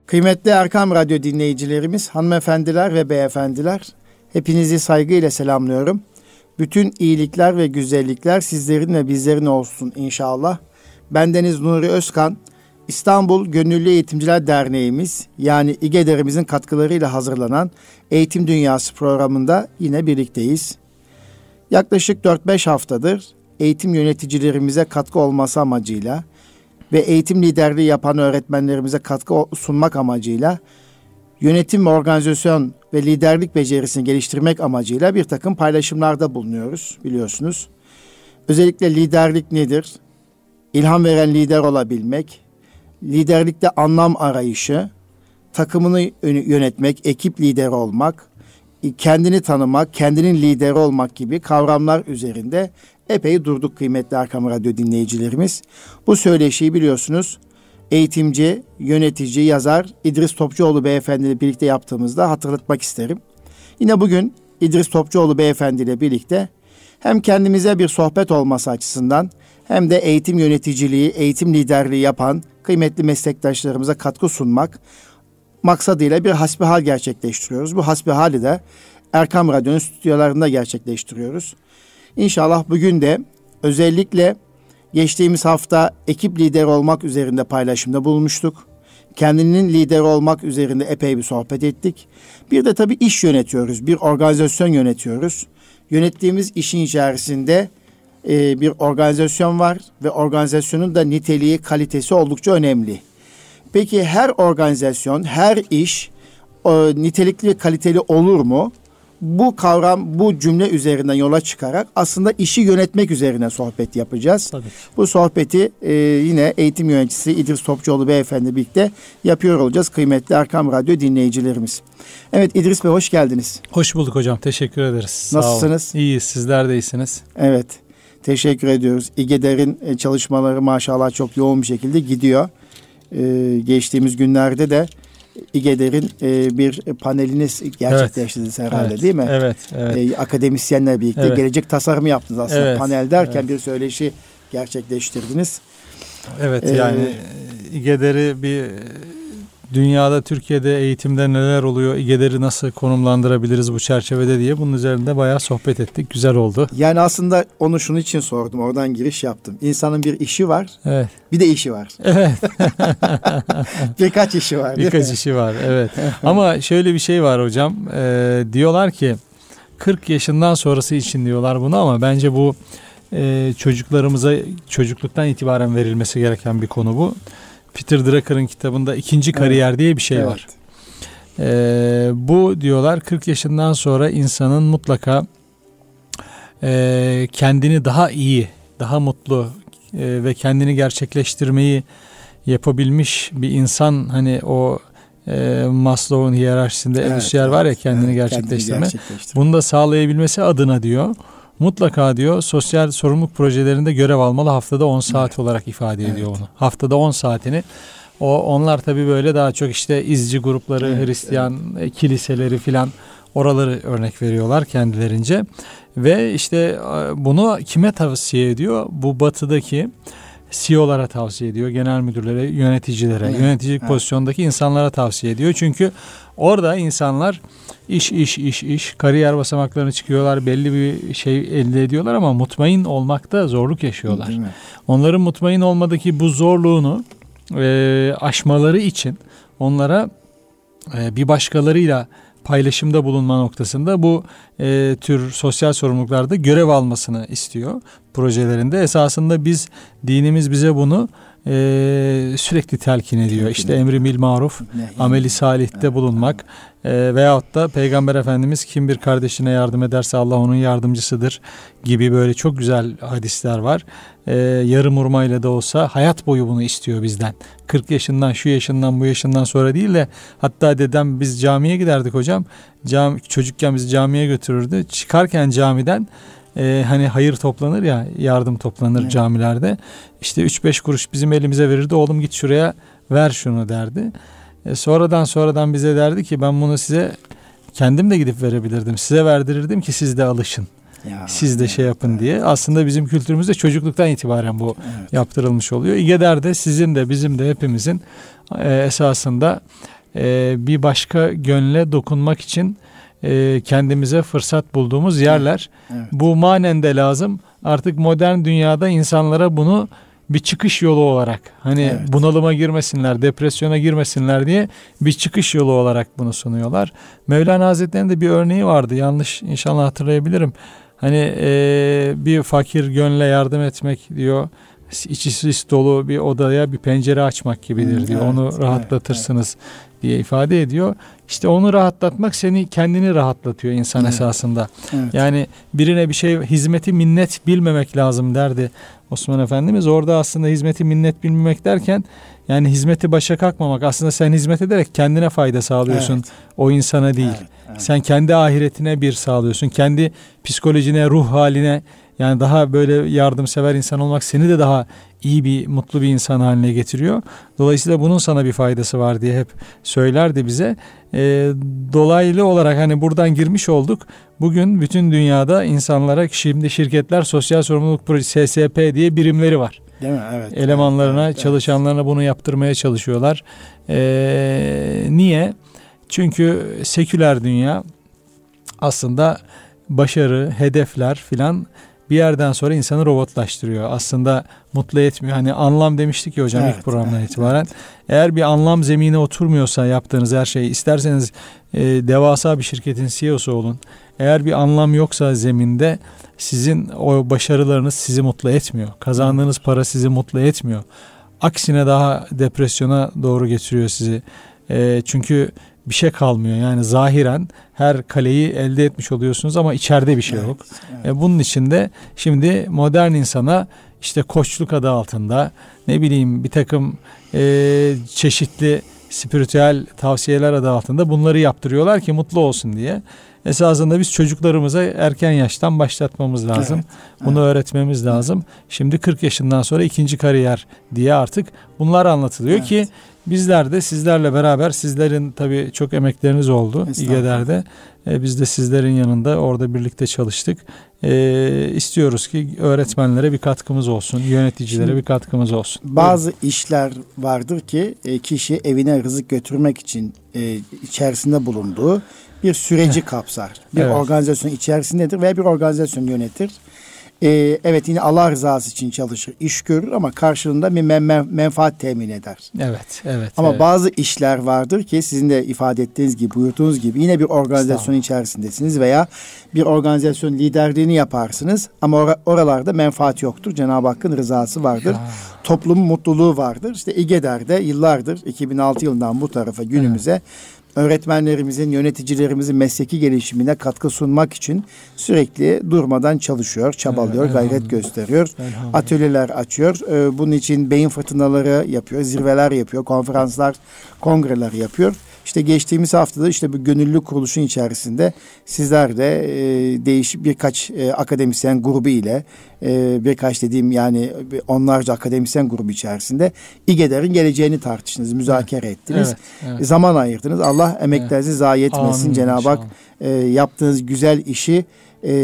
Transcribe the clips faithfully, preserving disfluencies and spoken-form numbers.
Kıymetli Erkam Radyo dinleyicilerimiz, hanımefendiler ve beyefendiler, hepinizi saygıyla selamlıyorum. Bütün iyilikler ve güzellikler sizlerin ve bizlerin olsun inşallah. Bendeniz Nuri Özkan, İstanbul Gönüllü Eğitimciler Derneğimiz yani İGEDER'imizin katkılarıyla hazırlanan Eğitim Dünyası programında yine birlikteyiz. Yaklaşık dört beş haftadır eğitim yöneticilerimize katkı olması amacıyla ve eğitim liderliği yapan öğretmenlerimize katkı sunmak amacıyla yönetim, organizasyon ve liderlik becerisini geliştirmek amacıyla bir takım paylaşımlarda bulunuyoruz biliyorsunuz. Özellikle liderlik nedir? İlham veren lider olabilmek, liderlikte anlam arayışı, takımını yönetmek, ekip lideri olmak, kendini tanımak, kendinin lideri olmak gibi kavramlar üzerinde epey durduk kıymetli Erkam Radyo dinleyicilerimiz. Bu söyleşiyi biliyorsunuz eğitimci, yönetici, yazar İdris Topçuoğlu Beyefendi ile birlikte yaptığımızda hatırlatmak isterim. Yine bugün İdris Topçuoğlu Beyefendi ile birlikte hem kendimize bir sohbet olması açısından hem de eğitim yöneticiliği, eğitim liderliği yapan kıymetli meslektaşlarımıza katkı sunmak maksadıyla bir hasbihal gerçekleştiriyoruz. Bu hasbihali de Erkam Radyo'nun stüdyolarında gerçekleştiriyoruz. İnşallah bugün de özellikle geçtiğimiz hafta ekip lideri olmak üzerinde paylaşımda bulunmuştuk. Kendinin lideri olmak üzerinde epey bir sohbet ettik. Bir de tabii iş yönetiyoruz, bir organizasyon yönetiyoruz. Yönettiğimiz işin içerisinde e, bir organizasyon var ve organizasyonun da niteliği, kalitesi oldukça önemli. Peki her organizasyon, her iş e, nitelikli, kaliteli olur mu? Bu kavram, bu cümle üzerinden yola çıkarak aslında işi yönetmek üzerine sohbet yapacağız. Tabii. Bu sohbeti e, yine eğitim yöneticisi İdris Topçuoğlu Beyefendi birlikte yapıyor olacağız kıymetli Erkam Radyo dinleyicilerimiz. Evet İdris Bey, hoş geldiniz. Hoş bulduk hocam, teşekkür ederiz. Nasılsınız? İyiyiz, sizler de iyisiniz. Evet, teşekkür ediyoruz. İGEDER'in çalışmaları maşallah çok yoğun bir şekilde gidiyor. Ee, geçtiğimiz günlerde de İGEDER'in e, bir paneliniz gerçekleştirdiniz evet, herhalde evet, değil mi? Evet. evet. E, akademisyenler birlikte evet. gelecek tasarımı yaptınız aslında. Evet, Panel derken evet. bir söyleşi gerçekleştirdiniz. Evet ee, yani İGEDER'i bir dünyada, Türkiye'de eğitimde neler oluyor, İGEDER'i nasıl konumlandırabiliriz bu çerçevede diye bunun üzerinde bayağı sohbet ettik. Güzel oldu. Yani aslında onu şunun için sordum. Oradan giriş yaptım. İnsanın bir işi var. Evet. Bir de işi var. Evet. Birkaç işi var. Birkaç işi var. Evet. Ama şöyle bir şey var hocam. Ee, diyorlar ki kırk yaşından sonrası için diyorlar bunu ama bence bu e, çocuklarımıza çocukluktan itibaren verilmesi gereken bir konu bu. Peter Drucker'ın kitabında ikinci kariyer evet. diye bir şey evet. var. Ee, bu diyorlar kırk yaşından sonra insanın mutlaka e, kendini daha iyi, daha mutlu e, ve kendini gerçekleştirmeyi yapabilmiş bir insan, hani o e, Maslow'un hiyerarşisinde evet, endüstriyel var ya kendini evet, gerçekleştirme. Kendini gerçekleştirme. Bunu da sağlayabilmesi adına diyor. Mutlaka diyor sosyal sorumluluk projelerinde görev almalı, haftada on saat evet. olarak ifade ediyor evet. onu. Haftada on saatini. O onlar tabii böyle daha çok işte izci grupları, evet, Hristiyan evet. kiliseleri filan oraları örnek veriyorlar kendilerince. Ve işte bunu kime tavsiye ediyor? Bu batıdaki C E O'lara tavsiye ediyor, genel müdürlere, yöneticilere, evet. yöneticilik evet. pozisyondaki insanlara tavsiye ediyor. Çünkü orada insanlar iş iş iş iş kariyer basamaklarına çıkıyorlar, belli bir şey elde ediyorlar ama mutmain olmakta zorluk yaşıyorlar. Onların mutmain olmadaki bu zorluğunu e, aşmaları için onlara e, bir başkalarıyla paylaşımda bulunma noktasında bu e, tür sosyal sorumluluklarda görev almasını istiyor projelerinde. Esasında biz, dinimiz bize bunu e, sürekli telkin ediyor. İşte emri bil maruf, ameli salihte bulunmak e, veyahut da Peygamber Efendimiz kim bir kardeşine yardım ederse Allah onun yardımcısıdır gibi böyle çok güzel hadisler var. E, yarım hurmayla da olsa hayat boyu bunu istiyor bizden. kırk yaşından, şu yaşından, bu yaşından sonra değil de hatta dedem biz camiye giderdik hocam. Cam, çocukken bizi camiye götürürdü. Çıkarken camiden Ee, hani hayır toplanır ya, yardım toplanır evet. camilerde. İşte üç beş kuruş bizim elimize verirdi. Oğlum git şuraya ver şunu derdi. E, sonradan sonradan bize derdi ki ben bunu size kendim de gidip verebilirdim. Size verdirirdim ki siz de alışın. Ya, siz de şey yapın evet. diye. Aslında bizim kültürümüzde çocukluktan itibaren bu evet. yaptırılmış oluyor. İGEDER de sizin de bizim de hepimizin e, esasında e, bir başka gönle dokunmak için e, kendimize fırsat bulduğumuz yerler. Evet. Bu manen de lazım. Artık modern dünyada insanlara bunu bir çıkış yolu olarak, hani Evet. bunalıma girmesinler, depresyona girmesinler diye bir çıkış yolu olarak bunu sunuyorlar. Mevlana Hazretleri'nin de bir örneği vardı. Yanlış inşallah hatırlayabilirim. Hani e, bir fakir gönle yardım etmek diyor. İçi sis dolu bir odaya bir pencere açmak gibidir diyor. Evet, Onu rahatlatırsınız evet, diye ifade ediyor. İşte onu rahatlatmak seni kendini rahatlatıyor insan evet. esasında. Evet. Yani birine bir şey, hizmeti minnet bilmemek lazım derdi Osman Efendimiz. Orada aslında hizmeti minnet bilmemek derken yani hizmeti başa kalkmamak. Aslında sen hizmet ederek kendine fayda sağlıyorsun. Evet. O insana değil. Evet, evet. Sen kendi ahiretine bir sağlıyorsun. Kendi psikolojine, ruh haline, yani daha böyle yardımsever insan olmak seni de daha iyi bir, mutlu bir insan haline getiriyor. Dolayısıyla bunun sana bir faydası var diye hep söylerdi bize. E, dolaylı olarak hani buradan girmiş olduk. Bugün bütün dünyada insanlara, şimdi şirketler sosyal sorumluluk projesi S S P diye birimleri var. Değil mi? Evet. Elemanlarına, evet, evet. çalışanlarına bunu yaptırmaya çalışıyorlar. E, niye? Çünkü seküler dünya aslında başarı, hedefler filan bir yerden sonra insanı robotlaştırıyor. Aslında mutlu etmiyor. Hani anlam demiştik ya hocam Evet, ilk programdan evet, itibaren. evet. Eğer bir anlam zemine oturmuyorsa yaptığınız her şey, isterseniz e, devasa bir şirketin C E O'su olun. Eğer bir anlam yoksa zeminde, sizin o başarılarınız sizi mutlu etmiyor. Kazandığınız para sizi mutlu etmiyor. Aksine daha depresyona doğru getiriyor sizi. E, çünkü bir şey kalmıyor. Yani zahiren her kaleyi elde etmiş oluyorsunuz ama içeride bir şey Evet, yok. evet. E, bunun için de şimdi modern insana işte koçluk adı altında, ne bileyim bir takım e, çeşitli spiritüel tavsiyeler adı altında bunları yaptırıyorlar ki mutlu olsun diye. Esasında biz çocuklarımıza erken yaştan başlatmamız lazım. Evet, Bunu evet. öğretmemiz lazım. Şimdi kırk yaşından sonra ikinci kariyer diye artık bunlar anlatılıyor Evet. ki bizler de sizlerle beraber, sizlerin tabii çok emekleriniz oldu İGEDER'de. E, biz de sizlerin yanında orada birlikte çalıştık. E, istiyoruz ki öğretmenlere bir katkımız olsun, yöneticilere Şimdi, bir katkımız olsun. Bazı Buyurun. işler vardır ki e, kişi evine rızık götürmek için e, içerisinde bulunduğu bir süreci kapsar. Bir Evet. organizasyon içerisindedir ve bir organizasyon yönetir. Ee, evet yine Allah rızası için çalışır, iş görür ama karşılığında bir men- menfaat temin eder. Evet, evet. Ama evet. bazı işler vardır ki sizin de ifade ettiğiniz gibi, buyurduğunuz gibi yine bir organizasyon içerisindesiniz veya bir organizasyon liderliğini yaparsınız ama or- oralarda menfaat yoktur. Cenab-ı Hakk'ın rızası vardır. Ya. Toplumun mutluluğu vardır. İşte İGEDER'de yıllardır iki bin altı yılından bu tarafa günümüze evet. öğretmenlerimizin, yöneticilerimizin mesleki gelişimine katkı sunmak için sürekli durmadan çalışıyor, çabalıyor, evet, gayret gösteriyor. Atölyeler açıyor. Ee, bunun için beyin fırtınaları yapıyor, zirveler yapıyor, konferanslar, kongreler yapıyor. İşte geçtiğimiz haftada işte bu gönüllü kuruluşun içerisinde sizler de e, değişik birkaç e, akademisyen grubu ile e, birkaç dediğim yani onlarca akademisyen grubu içerisinde İGEDER'in geleceğini tartıştınız, müzakere evet. ettiniz. Evet, evet. Zaman ayırdınız. Allah emeklerinizi evet. zayi etmesin. Amin, Cenab-ı Hak e, yaptığınız güzel işi e,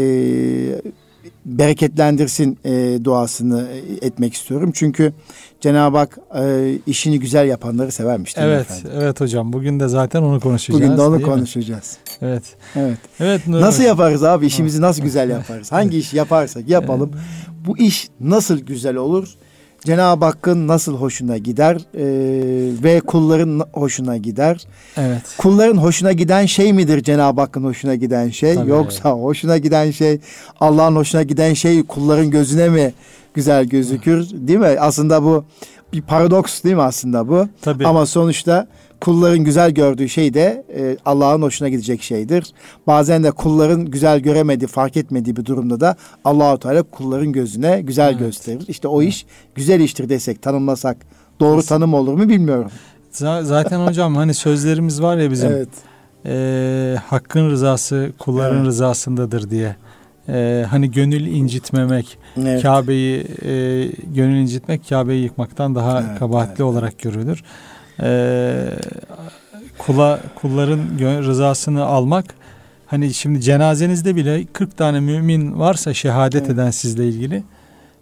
bereketlendirsin e, duasını etmek istiyorum. Çünkü Cenab-ı Hak e, işini güzel yapanları severmiş. Evet, efendim? evet hocam. Bugün de zaten onu konuşacağız. Bugün de onu konuşacağız. Mi? Evet. Evet. Evet. Nasıl hocam. yaparız abi? İşimizi nasıl güzel yaparız? Hangi iş yaparsak yapalım. Bu iş nasıl güzel olur? Cenab-ı Hakk'ın nasıl hoşuna gider e, ve kulların hoşuna gider. Evet. Kulların hoşuna giden şey midir Cenab-ı Hakk'ın hoşuna giden şey? Tabii. Yoksa hoşuna giden şey, Allah'ın hoşuna giden şey kulların gözüne mi güzel gözükür? Değil mi? Aslında bu bir paradoks değil mi aslında bu? Tabii. Ama sonuçta kulların güzel gördüğü şey de e, Allah'ın hoşuna gidecek şeydir. Bazen de kulların güzel göremediği, fark etmediği bir durumda da Allah-u Teala kulların gözüne güzel evet. gösterir. İşte o iş güzel iştir desek, tanımlasak doğru Kesin. tanım olur mu bilmiyorum. Zaten hocam hani sözlerimiz var ya bizim. Evet. E, hakkın rızası kulların evet. rızasındadır diye. E, hani gönül incitmemek, evet. Kabe'yi e, gönül incitmek Kabe'yi yıkmaktan daha evet, kabahatli evet. olarak görülür. Ee, kula kulların rızasını almak, hani şimdi cenazenizde bile kırk tane mümin varsa şehadet evet. eden sizle ilgili,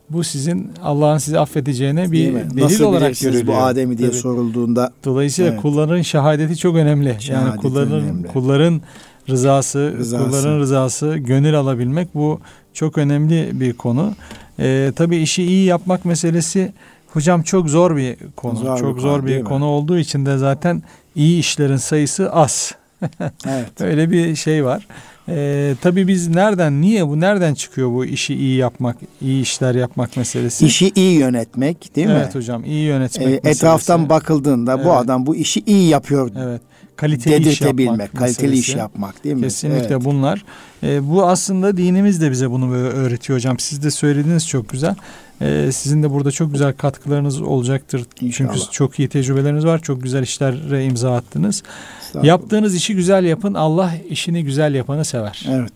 bu sizin Allah'ın sizi affedeceğine bir delil Nasıl olarak görülüyor. bu Adem'i diye Tabii. sorulduğunda. Dolayısıyla evet. kulların şehadeti çok önemli. Şehadeti yani kulların önemli. kulların rızası, rızası, kulların rızası, gönül alabilmek bu çok önemli bir konu. Ee, tabii işi iyi yapmak meselesi hocam çok zor bir konu. Zor çok bir zor konu, bir konu olduğu için de zaten iyi işlerin sayısı az. Evet. Öyle bir şey var. Ee, tabii biz nereden, niye bu, nereden çıkıyor bu işi iyi yapmak, iyi işler yapmak meselesi? İşi iyi yönetmek, değil mi? Evet hocam, iyi yönetmek ee, meselesi. Etraftan bakıldığında evet. bu adam bu işi iyi yapıyor. Evet. Kaliteli iş yapmak, kaliteli meselesi. iş yapmak, değil mi? Kesinlikle evet. bunlar. Ee, bu aslında dinimiz de bize bunu böyle öğretiyor hocam. Siz de söylediğiniz çok güzel. Ee, sizin de burada çok güzel katkılarınız olacaktır. İnşallah. Çünkü çok iyi tecrübeleriniz var. Çok güzel işlere imza attınız. Yaptığınız işi güzel yapın. Allah işini güzel yapanı sever. Evet.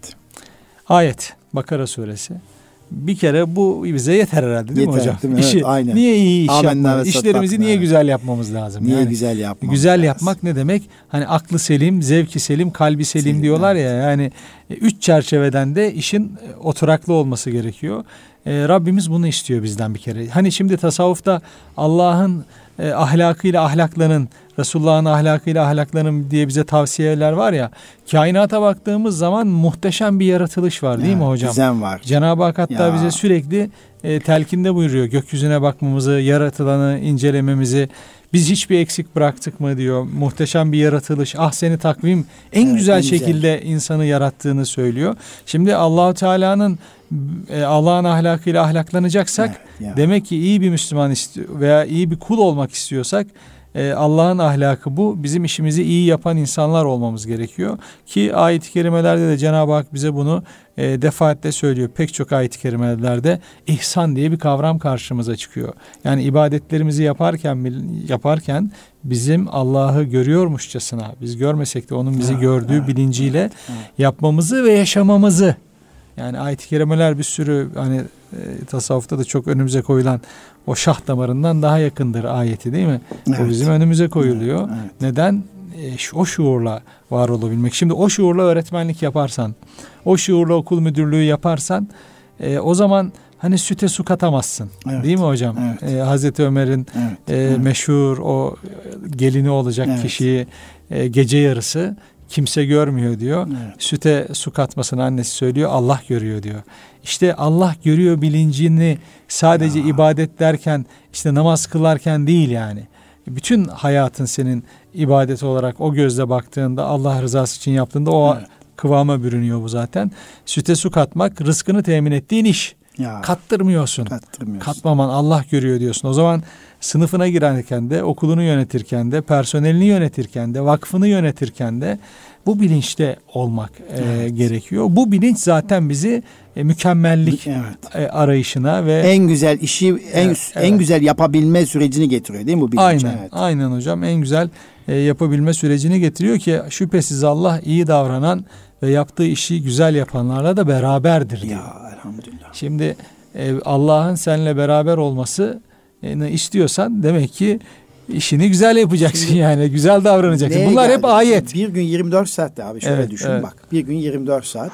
Ayet. Bakara suresi. Bir kere bu bize yeter herhalde değil yeter, mi hocam? Değil mi? İşi, evet, aynen. Niye iyi iş yapmamız? İşlerimizi niye evet. güzel yapmamız lazım? Niye yani, güzel yapmamız Güzel lazım. yapmak ne demek? Hani aklı selim, zevki selim, kalbi selim, selim diyorlar evet. ya. Yani üç çerçeveden de işin oturaklı olması gerekiyor. Ee, Rabbimiz bunu istiyor bizden bir kere. Hani şimdi tasavvufta Allah'ın e, ahlakıyla ahlaklanın, Resulullah'ın ahlakıyla ahlaklanın diye bize tavsiyeler var ya. Kainata baktığımız zaman muhteşem bir yaratılış var değil evet, mi hocam? Düzen var. Cenab-ı Hak hatta ya. bize sürekli e, telkinde buyuruyor. Gökyüzüne bakmamızı, yaratılanı incelememizi. Biz hiçbir eksik bıraktık mı diyor. Muhteşem bir yaratılış. Ah seni takvim en evet, güzel en şekilde güzel. insanı yarattığını söylüyor. Şimdi Allah-u Teala'nın e, Allah'ın ahlakıyla ahlaklanacaksak evet, ya. demek ki iyi bir Müslüman istiyor veya iyi bir kul olmak istiyorsak e, Allah'ın ahlakı bu. Bizim işimizi iyi yapan insanlar olmamız gerekiyor. Ki ayet-i kerimelerde de Cenab-ı Hak bize bunu e, defaatle söylüyor. Pek çok ayet-i kerimelerde ihsan diye bir kavram karşımıza çıkıyor. Yani ibadetlerimizi yaparken yaparken bizim Allah'ı görüyormuşçasına, biz görmesek de onun bizi gördüğü evet, bilinciyle evet, evet. yapmamızı ve yaşamamızı. Yani ayet-i kerimeler bir sürü hani e, tasavvufta da çok önümüze koyulan o şah damarından daha yakındır ayeti değil mi? Evet. O bizim önümüze koyuluyor. Evet, evet. Neden? E, o şuurla var olabilmek. Şimdi o şuurla öğretmenlik yaparsan, o şuurla okul müdürlüğü yaparsan e, o zaman hani süte su katamazsın. Evet. Değil mi hocam? Evet. E, Hazreti Ömer'in evet. E, evet. meşhur o gelini olacak evet. kişiyi e, gece yarısı kimse görmüyor diyor. Evet. Süte su katmasını annesi söylüyor. Allah görüyor diyor. İşte Allah görüyor bilincini sadece ya. ibadet derken işte namaz kılarken değil yani. Bütün hayatın senin ibadet olarak o gözle baktığında Allah rızası için yaptığında o evet. kıvama bürünüyor bu zaten. Süte su katmak rızkını temin ettiğin iş. Ya. Kattırmıyorsun. Kattırmıyorsun. Katmaman Allah görüyor diyorsun. O zaman sınıfına girerken de, okulunu yönetirken de, personelini yönetirken de, vakfını yönetirken de bu bilinçte olmak evet. e, gerekiyor. Bu bilinç zaten bizi e, mükemmellik evet. e, arayışına ve en güzel işi en evet, en evet. güzel yapabilme sürecini getiriyor değil mi bu bilinç? Aynen. Evet. Aynen hocam. En güzel e, yapabilme sürecini getiriyor ki şüphesiz Allah iyi davranan ve yaptığı işi güzel yapanlarla da beraberdir diyor. Ya elhamdülillah. Şimdi e, Allah'ın seninle beraber olması e, istiyorsan demek ki işini güzel yapacaksın. Şimdi, yani güzel davranacaksın. Bunlar geldi? Hep ayet. Bir gün yirmi dört saatte abi şöyle evet, düşün evet. bak. Bir gün yirmi dört saat.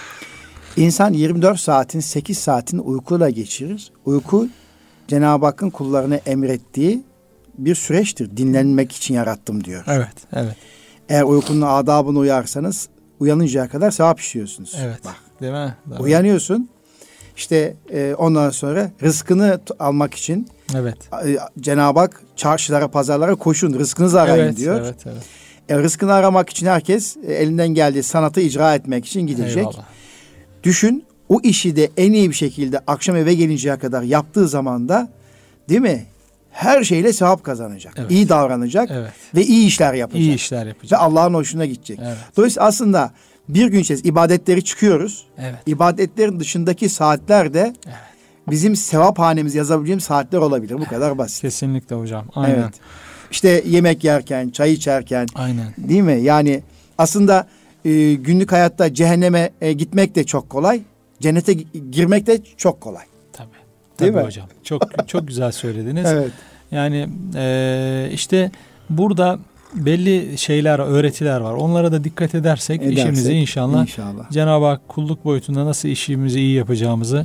İnsan yirmi dört saatin sekiz saatini uykuyla geçirir. Uyku Cenab-ı Hakk'ın kullarına emrettiği bir süreçtir. Dinlenmek için yarattım diyor. Evet, evet. Eğer uykunun adabına uyarsanız uyanıncaya kadar sevap işliyorsunuz. Evet. Bak. Değil mi? Doğru. Uyanıyorsun. İşte e, ondan sonra rızkını t- almak için evet. e, Cenab-ı Hak çarşılara, pazarlara koşun, rızkınızı arayın evet, diyor. Evet, evet. E, rızkını aramak için herkes e, elinden geldiği sanatı icra etmek için gidecek. Eyvallah. Düşün, o işi de en iyi bir şekilde akşam eve gelinceye kadar yaptığı zaman da değil mi? Her şeyle sevap kazanacak. Evet. İyi davranacak evet. ve iyi işler yapacak. İyi işler yapacak. Ve Allah'ın hoşuna gidecek. Evet. Dolayısıyla aslında bir gün içerisinde ibadetleri çıkıyoruz. Evet. İbadetlerin dışındaki saatler de evet. bizim sevap hanemizi yazabileceğimiz saatler olabilir. Bu kadar basit. Kesinlikle hocam. Aynen. Evet. İşte yemek yerken, çay içerken. Aynen. Değil mi? Yani aslında e, günlük hayatta cehenneme e, gitmek de çok kolay. Cennete girmek de çok kolay. Tabii. Değil Tabii mi? hocam. Çok çok güzel söylediniz. Evet. Yani e, işte burada belli şeyler, öğretiler var. Onlara da dikkat edersek, edersek işimizi inşallah, inşallah Cenab-ı Hak kulluk boyutunda nasıl işimizi iyi yapacağımızı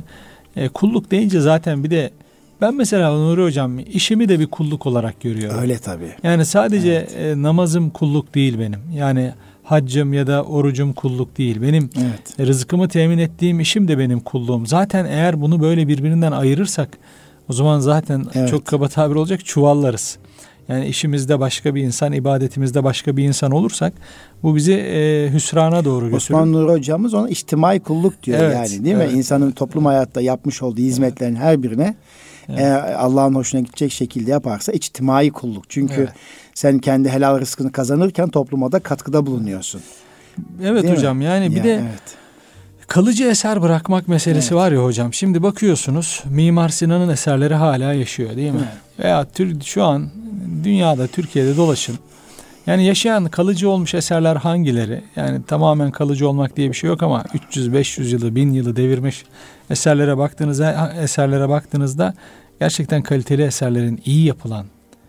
E, kulluk deyince zaten bir de ben mesela Nuri Hocam işimi de bir kulluk olarak görüyorum. Öyle tabii. Yani sadece Evet. e, namazım kulluk değil benim. Yani haccım ya da orucum kulluk değil. Benim Evet. e, rızkımı temin ettiğim işim de benim kulluğum. Zaten eğer bunu böyle birbirinden ayırırsak o zaman zaten Evet. çok kaba tabir olacak çuvallarız. Yani işimizde başka bir insan, ibadetimizde başka bir insan olursak bu bizi e, hüsrana doğru götürür. Osman Nuri hocamız ona içtimai kulluk diyor Evet, yani değil evet. mi? İnsanın toplum hayatta yapmış olduğu hizmetlerin her birine Evet. eğer Allah'ın hoşuna gidecek şekilde yaparsa içtimai kulluk. Çünkü Evet. sen kendi helal rızkını kazanırken topluma da katkıda bulunuyorsun. Evet Değil hocam mi? yani bir Ya, de evet. kalıcı eser bırakmak meselesi Evet. var ya hocam. Şimdi bakıyorsunuz Mimar Sinan'ın eserleri hala yaşıyor değil mi? Evet. Veya tür, şu an dünyada, Türkiye'de dolaşın. Yani yaşayan kalıcı olmuş eserler hangileri? Yani tamamen kalıcı olmak diye bir şey yok ama üç yüz beş yüz yılı, bin yılı devirmiş eserlere baktığınızda eserlere baktığınızda gerçekten kaliteli eserlerin iyi yapılan,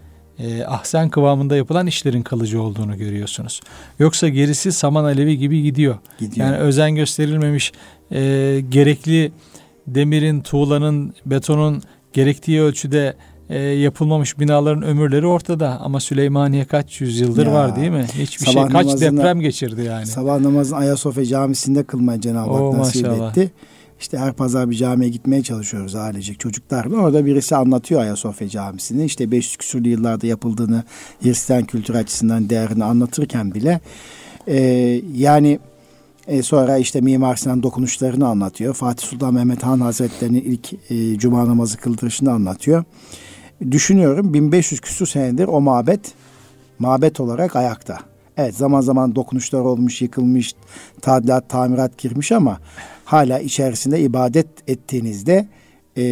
e, ahsen kıvamında yapılan işlerin kalıcı olduğunu görüyorsunuz. Yoksa gerisi saman alevi gibi gidiyor. Gidiyor. Yani özen gösterilmemiş, e, gerekli demirin, tuğlanın, betonun gerektiği ölçüde e, yapılmamış binaların ömürleri ortada. Ama Süleymaniye kaç yüzyıldır Ya, var değil mi? Hiçbir sabah şey, kaç namazını- deprem geçirdi yani. Sabah namazını Ayasofya Camisi'nde kılmayı Cenab-ı Hak Oo, nasip maşallah. etti. İşte her pazar bir camiye gitmeye çalışıyoruz ailecek çocuklarla. Orada birisi anlatıyor Ayasofya Camisi'ni. İşte beş yüz küsurlu yıllarda yapıldığını, Hristiyan kültür açısından değerini anlatırken bile e, yani e, sonra işte Mimar Sinan dokunuşlarını anlatıyor. Fatih Sultan Mehmet Han Hazretleri'nin ilk e, cuma namazı kıldırışını anlatıyor. Düşünüyorum bin beş yüz küsur senedir o mabet mabet olarak ayakta. Evet zaman zaman dokunuşlar olmuş, yıkılmış, tadilat, tamirat girmiş ama hala içerisinde ibadet ettiğinizde e,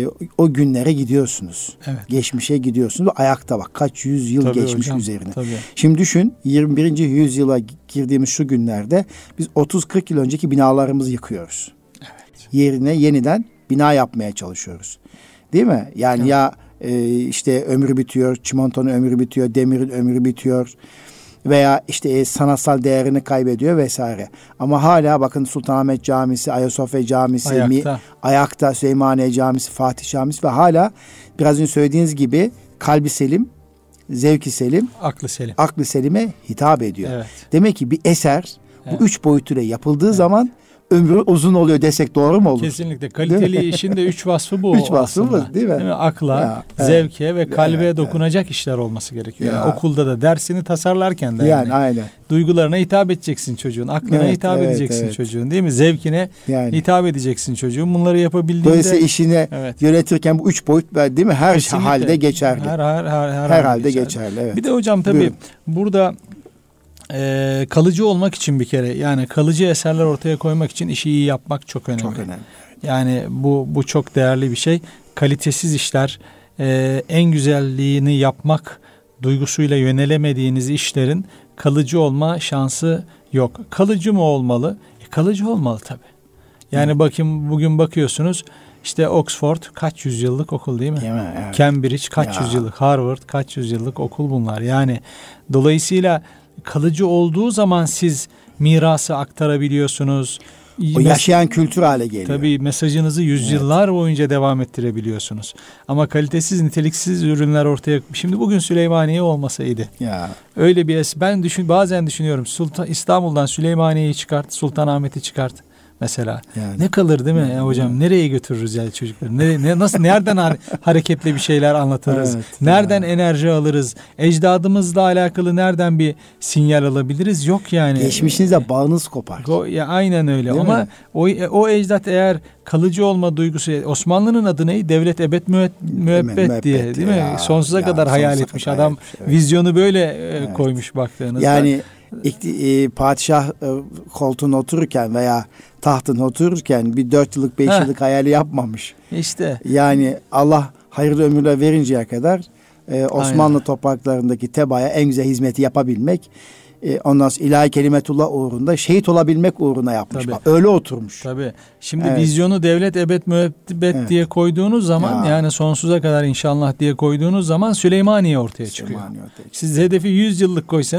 o günlere gidiyorsunuz. Evet. Geçmişe gidiyorsunuz. Ayakta bak kaç yüz yıl Tabii geçmiş hocam, üzerine. tabii. Şimdi düşün yirmi birinci yüzyıla girdiğimiz şu günlerde biz otuz kırk yıl önceki binalarımızı yıkıyoruz. Evet. Yerine yeniden bina yapmaya çalışıyoruz. Değil mi? Yani Evet. ya e, işte ömrü bitiyor, çimentonun ömrü bitiyor, demirin ömrü bitiyor veya işte e, sanatsal değerini kaybediyor vesaire. Ama hala bakın Sultanahmet Camisi, Ayasofya Camisi, Ayakta. Mi, ayakta Süleymaniye Camisi, Fatih Camisi ve hala biraz önce söylediğiniz gibi kalbi selim, zevki selim, Aklı selim. aklı selime hitap ediyor. Evet. Demek ki bir eser bu Evet. üç boyutuyla yapıldığı zaman ömrü uzun oluyor desek doğru mu olur? Kesinlikle. Kaliteli işin de üç vasfı bu. Üç vasfı aslında. bu, değil mi? Akla, Ya, evet. zevke ve kalbe Evet, dokunacak işler olması gerekiyor. Ya. Yani okulda da dersini tasarlarken de Yani yani, aynen. duygularına hitap edeceksin çocuğun, aklına Evet, hitap evet, edeceksin evet. çocuğun, değil mi? Zevkine Yani. hitap edeceksin çocuğun. Bunları yapabildiğinde Dolayısıyla işini evet. yönetirken bu üç boyut değil mi? Her Kesinlikle. halde geçerli. Her, her, her, her, Her halde geçerli. Evet. Bir de hocam tabii Buyurun. burada e, kalıcı olmak için bir kere yani kalıcı eserler ortaya koymak için işi iyi yapmak çok önemli. Çok önemli. Yani bu bu çok değerli bir şey. Kalitesiz işler, e, en güzelliğini yapmak duygusuyla yönelemediğiniz işlerin kalıcı olma şansı yok. Kalıcı mı olmalı? E, kalıcı olmalı tabii. Yani bakın bugün bakıyorsunuz işte Oxford kaç yüzyıllık okul değil mi? Değil mi? Evet. Cambridge kaç Ya. yüzyıllık, Harvard kaç yüzyıllık okul bunlar. Yani dolayısıyla kalıcı olduğu zaman siz mirası aktarabiliyorsunuz. O yaşayan kültür hale geliyor. Tabii mesajınızı yüzyıllar boyunca devam ettirebiliyorsunuz. Ama kalitesiz, niteliksiz ürünler ortaya... Şimdi bugün Süleymaniye olmasaydı. Ya. Öyle bir es ben düşün bazen düşünüyorum. Sultan İstanbul'dan Süleymaniye'yi çıkart, Sultanahmet'i çıkart mesela. Yani. Ne kalır değil mi ya hocam? Nereye götürürüz yani çocukları? Ne, ne nasıl nereden ha- hareketli bir şeyler anlatırız? Evet, nereden ya. enerji alırız? Ecdadımızla alakalı nereden bir sinyal alabiliriz? Yok yani. Geçmişinize bağınız kopar. O, ya aynen öyle. Değil Ama mi? o o ecdat eğer kalıcı olma duygusu, Osmanlı'nın adı ne? Devlet ebed müe- müebbet müebbet diye, diye değil mi? ya, sonsuza ya, kadar hayal sonsuza etmiş kadar adam. hayal etmiş, evet. Vizyonu böyle e, Evet. koymuş baktığınızda. Yani ikti- e, padişah e, koltuğuna otururken veya tahtına otururken bir dört yıllık beş Heh. yıllık hayali yapmamış. işte Yani Allah hayırlı ömürler verinceye kadar e, Osmanlı Aynen. topraklarındaki tebaaya en güzel hizmeti yapabilmek, e, ondan sonra ilahi kelimetullah uğrunda şehit olabilmek uğruna yapmış. Tabii. Bak, öyle oturmuş. tabii. Şimdi Evet. vizyonu devlet ebed müebbet Evet. diye koyduğunuz zaman Ya. yani sonsuza kadar inşallah diye koyduğunuz zaman Süleymaniye ortaya çıkıyor. Süleymaniye ortaya çıkıyor. Siz hedefi yüz yıllık koysanız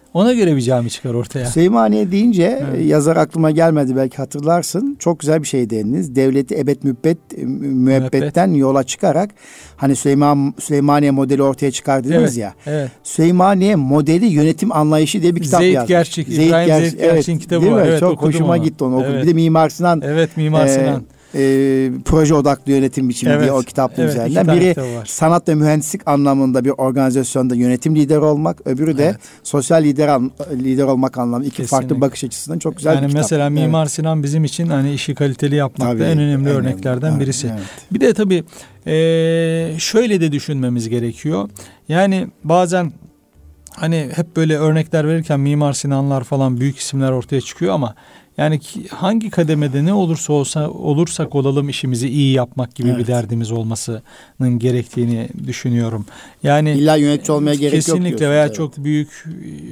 Ona göre bir cami çıkar ortaya. Süleymaniye deyince evet. yazar aklıma gelmedi, belki hatırlarsın. Çok güzel bir şey dediniz. Devleti ebed mübbet müebbetten yola çıkarak hani Süleyman Süleymaniye modeli ortaya çıkardınız evet, ya. Evet. Süleymaniye modeli yönetim anlayışı diye bir kitap Zeyt yazmış. Gerçek, Zeyt İbrahim Ger- Zeyt Gerçek'in evet, kitabı değil var. mi? Evet, çok hoşuma onu. gitti onu okudum. Evet. Bir de Mimar Sinan. Evet, Mimar e, Sinan. E, proje odaklı yönetim biçimi evet, diye o kitapın evet, üzerinden. Biri var. sanat ve mühendislik anlamında bir organizasyonda yönetim lideri olmak, öbürü de evet. sosyal lider lider olmak anlamında iki Kesinlikle. farklı bakış açısından çok güzel yani bir kitap. Mesela Mimar evet. Sinan bizim için hani işi kaliteli yapmakta tabii, en önemli önemli örneklerden evet, birisi. Evet. Bir de tabii e, şöyle de düşünmemiz gerekiyor. Yani bazen hani hep böyle örnekler verirken Mimar Sinanlar falan büyük isimler ortaya çıkıyor ama yani hangi kademede ne olursa olsa olursak olalım işimizi iyi yapmak gibi evet. bir derdimiz olmasının gerektiğini düşünüyorum. Yani illa yönetici olmaya gerek yok. Kesinlikle veya evet. çok büyük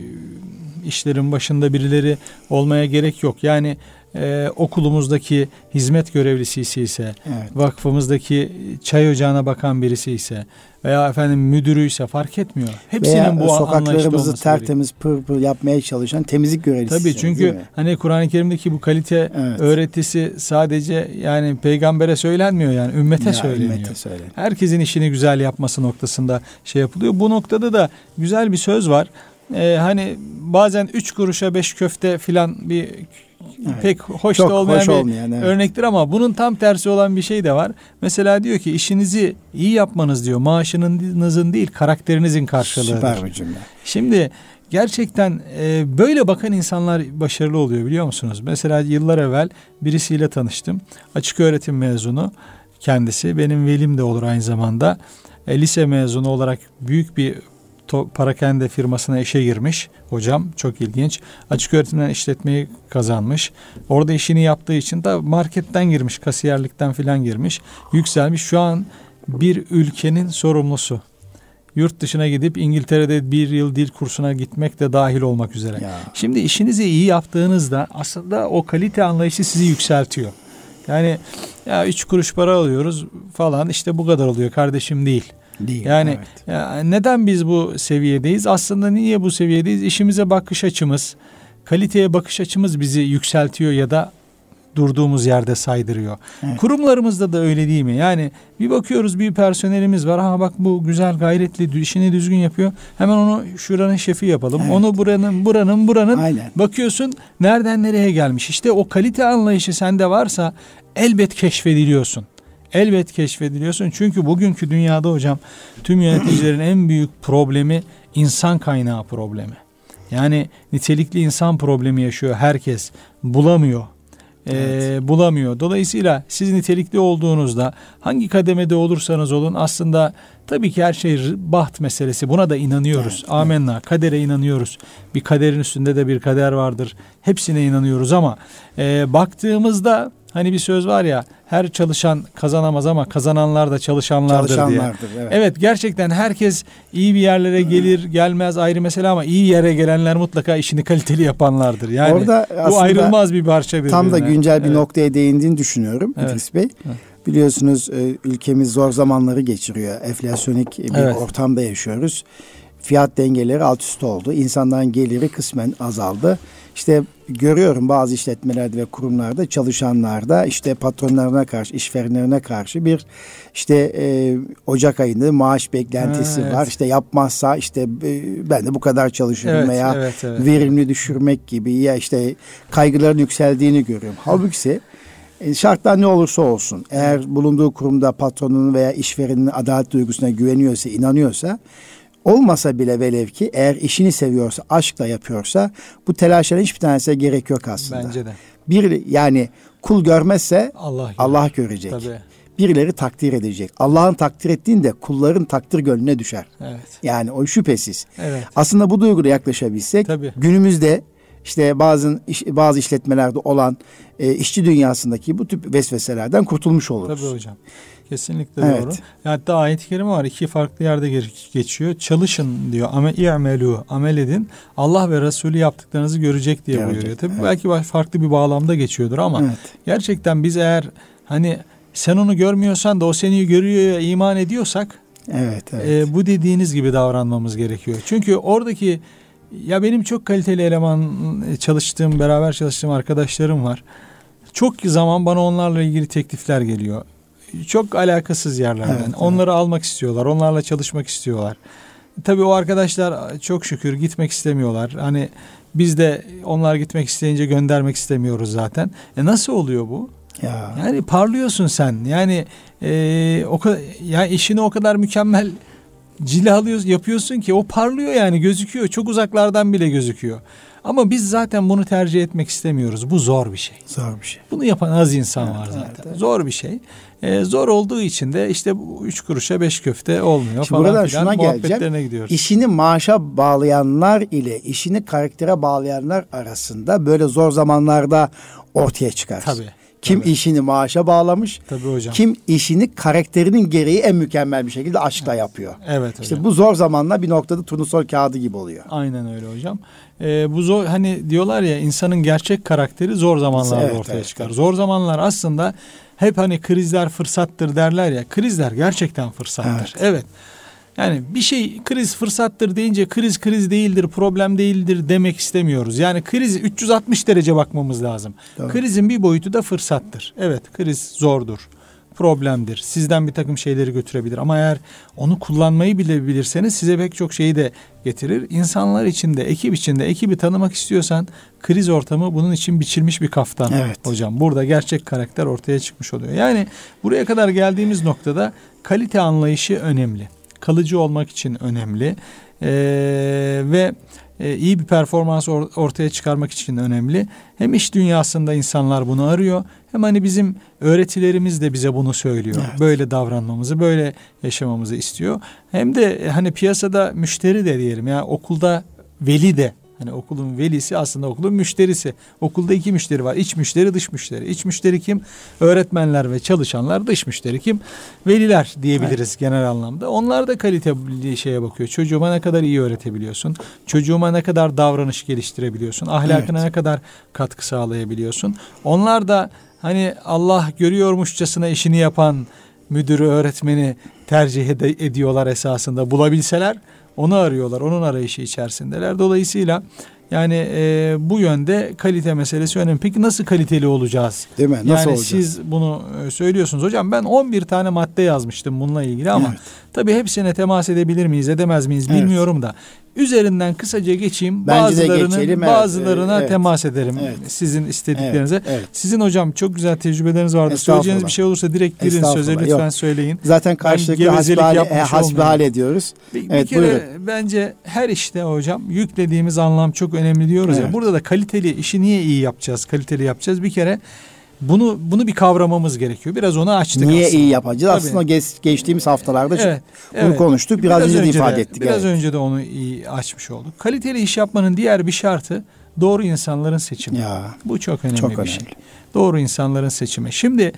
işlerin başında birileri olmaya gerek yok. Yani Ee, okulumuzdaki hizmet görevlisi ise, evet. vakfımızdaki çay ocağına bakan birisi ise veya efendim müdürü ise fark etmiyor. Hepsinin veya bu sokaklarımızı tertemiz pır pır yapmaya çalışan temizlik görevlisi. Tabii çünkü hani Kur'an-ı Kerim'deki bu kalite evet. öğretisi sadece yani peygambere söylenmiyor, yani ümmete ya, söyleniyor. Ümmete söyleniyor. Herkesin işini güzel yapması noktasında şey yapılıyor. Bu noktada da güzel bir söz var. Ee, hani bazen üç kuruşa beş köfte filan bir evet. pek hoş Çok da olmayan hoş bir olmayan, evet. örnektir ama bunun tam tersi olan bir şey de var. Mesela diyor ki işinizi iyi yapmanız diyor maaşınızın değil karakterinizin karşılığıdır. Süper bir cümle. Şimdi gerçekten e, böyle bakan insanlar başarılı oluyor, biliyor musunuz? Mesela yıllar evvel birisiyle tanıştım. Açık öğretim mezunu kendisi. Benim velim de olur aynı zamanda. E, lise mezunu olarak büyük bir parakende firmasına işe girmiş hocam, çok ilginç. Açık öğretimden işletmeyi kazanmış. Orada işini yaptığı için de marketten girmiş, kasiyerlikten filan girmiş. Yükselmiş. Şu an bir ülkenin sorumlusu. Yurt dışına gidip İngiltere'de bir yıl dil kursuna gitmek de dahil olmak üzere. Ya. Şimdi işinizi iyi yaptığınızda aslında o kalite anlayışı sizi yükseltiyor. Yani ya üç kuruş para alıyoruz falan, işte bu kadar oluyor kardeşim değil. Değil, yani evet. ya neden biz bu seviyedeyiz? Aslında niye bu seviyedeyiz? İşimize bakış açımız, kaliteye bakış açımız bizi yükseltiyor ya da durduğumuz yerde saydırıyor. Evet. Kurumlarımızda da öyle değil mi? Yani bir bakıyoruz, bir personelimiz var. Ha bak bu güzel, gayretli, işini düzgün yapıyor. Hemen onu şuranın şefi yapalım. Evet. Onu buranın, buranın, buranın. Aynen. Bakıyorsun nereden nereye gelmiş. İşte o kalite anlayışı sende varsa elbet keşfediliyorsun. Elbet keşfediliyorsun. Çünkü bugünkü dünyada hocam tüm yöneticilerin en büyük problemi insan kaynağı problemi. Yani nitelikli insan problemi yaşıyor herkes. Bulamıyor. Evet. Ee, bulamıyor. Dolayısıyla siz nitelikli olduğunuzda hangi kademede olursanız olun aslında tabii ki her şey baht meselesi. Buna da inanıyoruz. Evet, Amenna. Evet. Kadere inanıyoruz. Bir kaderin üstünde de bir kader vardır. Hepsine inanıyoruz ama e, baktığımızda hani bir söz var ya, her çalışan kazanamaz ama kazananlar da çalışanlardır, çalışanlardır diye. Evet. evet gerçekten herkes iyi bir yerlere gelir gelmez ayrı mesele ama iyi yere gelenler mutlaka işini kaliteli yapanlardır. Yani orada bu ayrılmaz bir parça birbirine. Tam da güncel bir evet. noktaya değindiğini düşünüyorum evet. İdris Bey. Evet. Biliyorsunuz ülkemiz zor zamanları geçiriyor. Enflasyonik bir evet. ortamda yaşıyoruz. Fiyat dengeleri alt üst oldu. İnsanların geliri kısmen azaldı. İşte görüyorum bazı işletmelerde ve kurumlarda çalışanlarda işte patronlarına karşı, işverenlerine karşı bir işte e, Ocak ayında maaş beklentisi evet. var. İşte yapmazsa işte e, ben de bu kadar çalışıyorum evet, veya evet, evet. verimli düşürmek gibi ya işte kaygıların yükseldiğini görüyorum. Halbuki e, şartlar ne olursa olsun eğer bulunduğu kurumda patronun veya işverenin adalet duygusuna güveniyorsa, inanıyorsa, olmasa bile velev ki eğer işini seviyorsa, aşkla yapıyorsa bu telaşların hiçbir tanesine gerek yok aslında. Bence de. Bir yani kul görmezse Allah, Allah görecek. Tabii. Birileri takdir edecek. Allah'ın takdir ettiğinde kulların takdir gönlüne düşer. Evet. Yani o şüphesiz. Evet. Aslında bu duyguyla yaklaşabilsek Tabii. günümüzde işte bazı iş, bazı işletmelerde olan e, işçi dünyasındaki bu tip vesveselerden kurtulmuş oluruz. Tabii hocam. Kesinlikle evet. doğru. Hatta ayet-i kerime var. İki farklı yerde geçiyor. Çalışın diyor. Ame i'melu, amel edin. Allah ve Resulü yaptıklarınızı görecek diye Görecek, buyuruyor. Tabii evet. belki farklı bir bağlamda geçiyordur ama evet. gerçekten biz eğer hani sen onu görmüyorsan da o seni görüyor ya iman ediyorsak evet, evet. E, bu dediğiniz gibi davranmamız gerekiyor. Çünkü oradaki Ya benim çok kaliteli eleman çalıştığım, beraber çalıştığım arkadaşlarım var. Çok zaman bana onlarla ilgili teklifler geliyor. Çok alakasız yerlerden. Evet, onları evet. almak istiyorlar. Onlarla çalışmak istiyorlar. Tabii o arkadaşlar çok şükür gitmek istemiyorlar. Hani biz de onlar gitmek isteyince göndermek istemiyoruz zaten. E nasıl oluyor bu? Ya. Yani parlıyorsun sen. Yani e, o kadar, ya işini o kadar mükemmel cilalıyorsun, yapıyorsun ki o parlıyor, yani gözüküyor. Çok uzaklardan bile gözüküyor. Ama biz zaten bunu tercih etmek istemiyoruz. Bu zor bir şey. Zor bir şey. Bunu yapan az insan evet, var zaten. Evet, evet. Zor bir şey. Ee, zor olduğu için de işte bu üç kuruşa beş köfte olmuyor. Şimdi falan buradan filan şuna geleceğim. Gidiyoruz. İşini maaşa bağlayanlar ile işini karaktere bağlayanlar arasında böyle zor zamanlarda ortaya çıkar. Tabii. Kim Tabii. işini maaşa bağlamış, tabii hocam. Kim işini karakterinin gereği en mükemmel bir şekilde aşkla evet. yapıyor. Evet İşte hocam. bu zor zamanla bir noktada turnusol kağıdı gibi oluyor. Aynen öyle hocam. Ee, bu zor, hani diyorlar ya, insanın gerçek karakteri zor zamanlarda evet, ortaya evet, çıkar. Evet. Zor zamanlar aslında hep hani krizler fırsattır derler ya. Krizler gerçekten fırsattır. Evet. evet. Yani bir şey kriz fırsattır deyince kriz kriz değildir, problem değildir demek istemiyoruz. Yani kriz üç yüz altmış derece bakmamız lazım. Doğru. Krizin bir boyutu da fırsattır. Evet, kriz zordur, problemdir. Sizden bir takım şeyleri götürebilir. Ama eğer onu kullanmayı bile bilirseniz size pek çok şeyi de getirir. İnsanlar içinde, ekip içinde, ekibi tanımak istiyorsan kriz ortamı bunun için biçilmiş bir kaftan. Evet. Hocam burada gerçek karakter ortaya çıkmış oluyor. Yani buraya kadar geldiğimiz noktada kalite anlayışı önemli. Kalıcı olmak için önemli ee, ve e, iyi bir performans or- ortaya çıkarmak için önemli. Hem iş dünyasında insanlar bunu arıyor, hem hani bizim öğretilerimiz de bize bunu söylüyor. Evet. Böyle davranmamızı, böyle yaşamamızı istiyor. Hem de hani piyasada müşteri de diyelim, ya okulda veli de. Hani okulun velisi aslında okulun müşterisi. Okulda iki müşteri var. İç müşteri, dış müşteri. İç müşteri kim? Öğretmenler ve çalışanlar. Dış müşteri kim? Veliler diyebiliriz evet. genel anlamda. Onlar da kaliteli şeye bakıyor. Çocuğuma ne kadar iyi öğretebiliyorsun? Çocuğuma ne kadar davranış geliştirebiliyorsun? Ahlakına evet. ne kadar katkı sağlayabiliyorsun? Onlar da hani Allah görüyormuşçasına işini yapan müdürü, öğretmeni tercih ed- ediyorlar esasında. Bulabilseler onu arıyorlar. Onun arayışı içerisindeler. Dolayısıyla yani e, bu yönde kalite meselesi önemli. Peki nasıl kaliteli olacağız? Değil mi? Nasıl yani olacağız? Siz bunu e, söylüyorsunuz. Hocam ben on bir tane madde yazmıştım bununla ilgili ama evet. tabii hepsine temas edebilir miyiz, edemez miyiz bilmiyorum evet. da. Üzerinden kısaca geçeyim. Bence bazılarının geçelim, evet. bazılarına evet. temas edelim. Evet. Sizin istediklerinize. Evet. Evet. Sizin hocam çok güzel tecrübeleriniz vardı. Söyleyeceğiniz bir şey olursa direkt girin söze lütfen Yok. söyleyin. Zaten karşılıklı hasbihal ediyoruz. Bir, evet, bir kere buyurun. Bence her işte hocam yüklediğimiz anlam çok önemli diyoruz evet. ya. Burada da kaliteli işi niye iyi yapacağız? Kaliteli yapacağız. Bir kere Bunu bunu bir kavramamız gerekiyor. Biraz onu açtık Niye aslında. iyi yapacağız? Tabii. Aslında geç, geçtiğimiz haftalarda evet, bunu evet. konuştuk. Biraz, biraz önce de ifade ettik. Biraz evet. önce de onu iyi açmış olduk. Kaliteli iş yapmanın diğer bir şartı doğru insanların seçimi. Ya, bu çok önemli çok bir önemli. şey. Doğru insanların seçimi. Şimdi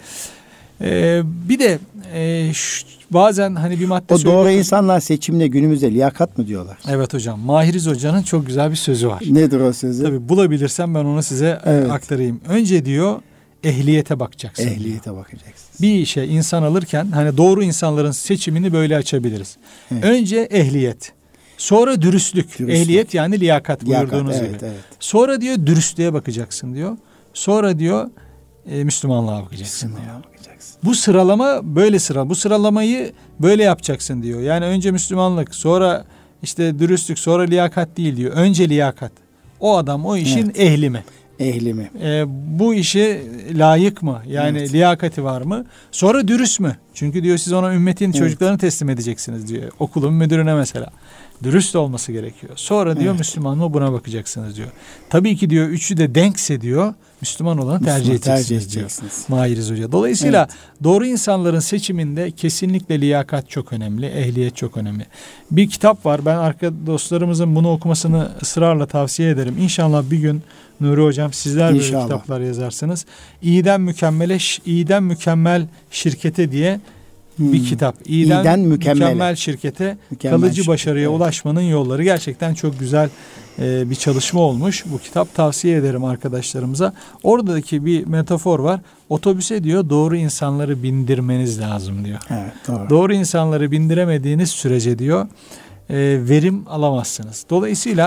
e, bir de e, şu, bazen hani bir madde o doğru insanlar seçimine günümüzde liyakat mı diyorlar? Evet hocam. Mahiriz Hoca'nın çok güzel bir sözü var. Nedir o sözü? Tabii bulabilirsem ben onu size evet. aktarayım. Önce diyor ehliyete bakacaksın. Ehliyete diyor. bakacaksın. Bir işe insan alırken hani doğru insanların seçimini böyle açabiliriz. Evet. Önce ehliyet. Sonra dürüstlük. dürüstlük. Ehliyet yani liyakat, liyakat buyurduğunuz evet, gibi. Evet. Sonra diyor dürüstlüğe bakacaksın diyor. Sonra diyor e, Müslümanlığa bakacaksın Müslümanlığa diyor. Bakacaksın. Bu sıralama böyle sıra. Bu sıralamayı böyle yapacaksın diyor. Yani önce Müslümanlık, sonra işte dürüstlük, sonra liyakat değil diyor. Önce liyakat. O adam o işin evet. ehli mi? Ehli mi? E, bu işe layık mı? Yani evet. liyakati var mı? Sonra dürüst mü? Çünkü diyor siz ona ümmetin evet. çocuklarını teslim edeceksiniz diyor. Okulun müdürüne mesela. Dürüst olması gerekiyor. Sonra diyor evet. Müslüman mı, buna bakacaksınız diyor. Tabii ki diyor üçü de denkse diyor Müslüman olanı tercih Müslüman edeceksiniz, tercih edeceksiniz diyor Mahiriz Hoca. Dolayısıyla evet. doğru insanların seçiminde kesinlikle liyakat çok önemli, ehliyet çok önemli. Bir kitap var. Ben arka dostlarımızın bunu okumasını ısrarla tavsiye ederim. İnşallah bir gün Nuri Hocam sizler böyle İnşallah. kitaplar yazarsınız. İyiden mükemmele, iyiden mükemmel şirkete diye hmm. bir kitap. İyiden, İyiden mükemmel. mükemmel şirkete mükemmel kalıcı şirket. başarıya evet. ulaşmanın yolları. Gerçekten çok güzel e, bir çalışma olmuş. Bu kitap tavsiye ederim arkadaşlarımıza. Oradaki bir metafor var. Otobüse diyor doğru insanları bindirmeniz lazım diyor. Evet, doğru. Doğru insanları bindiremediğiniz sürece diyor e, verim alamazsınız. Dolayısıyla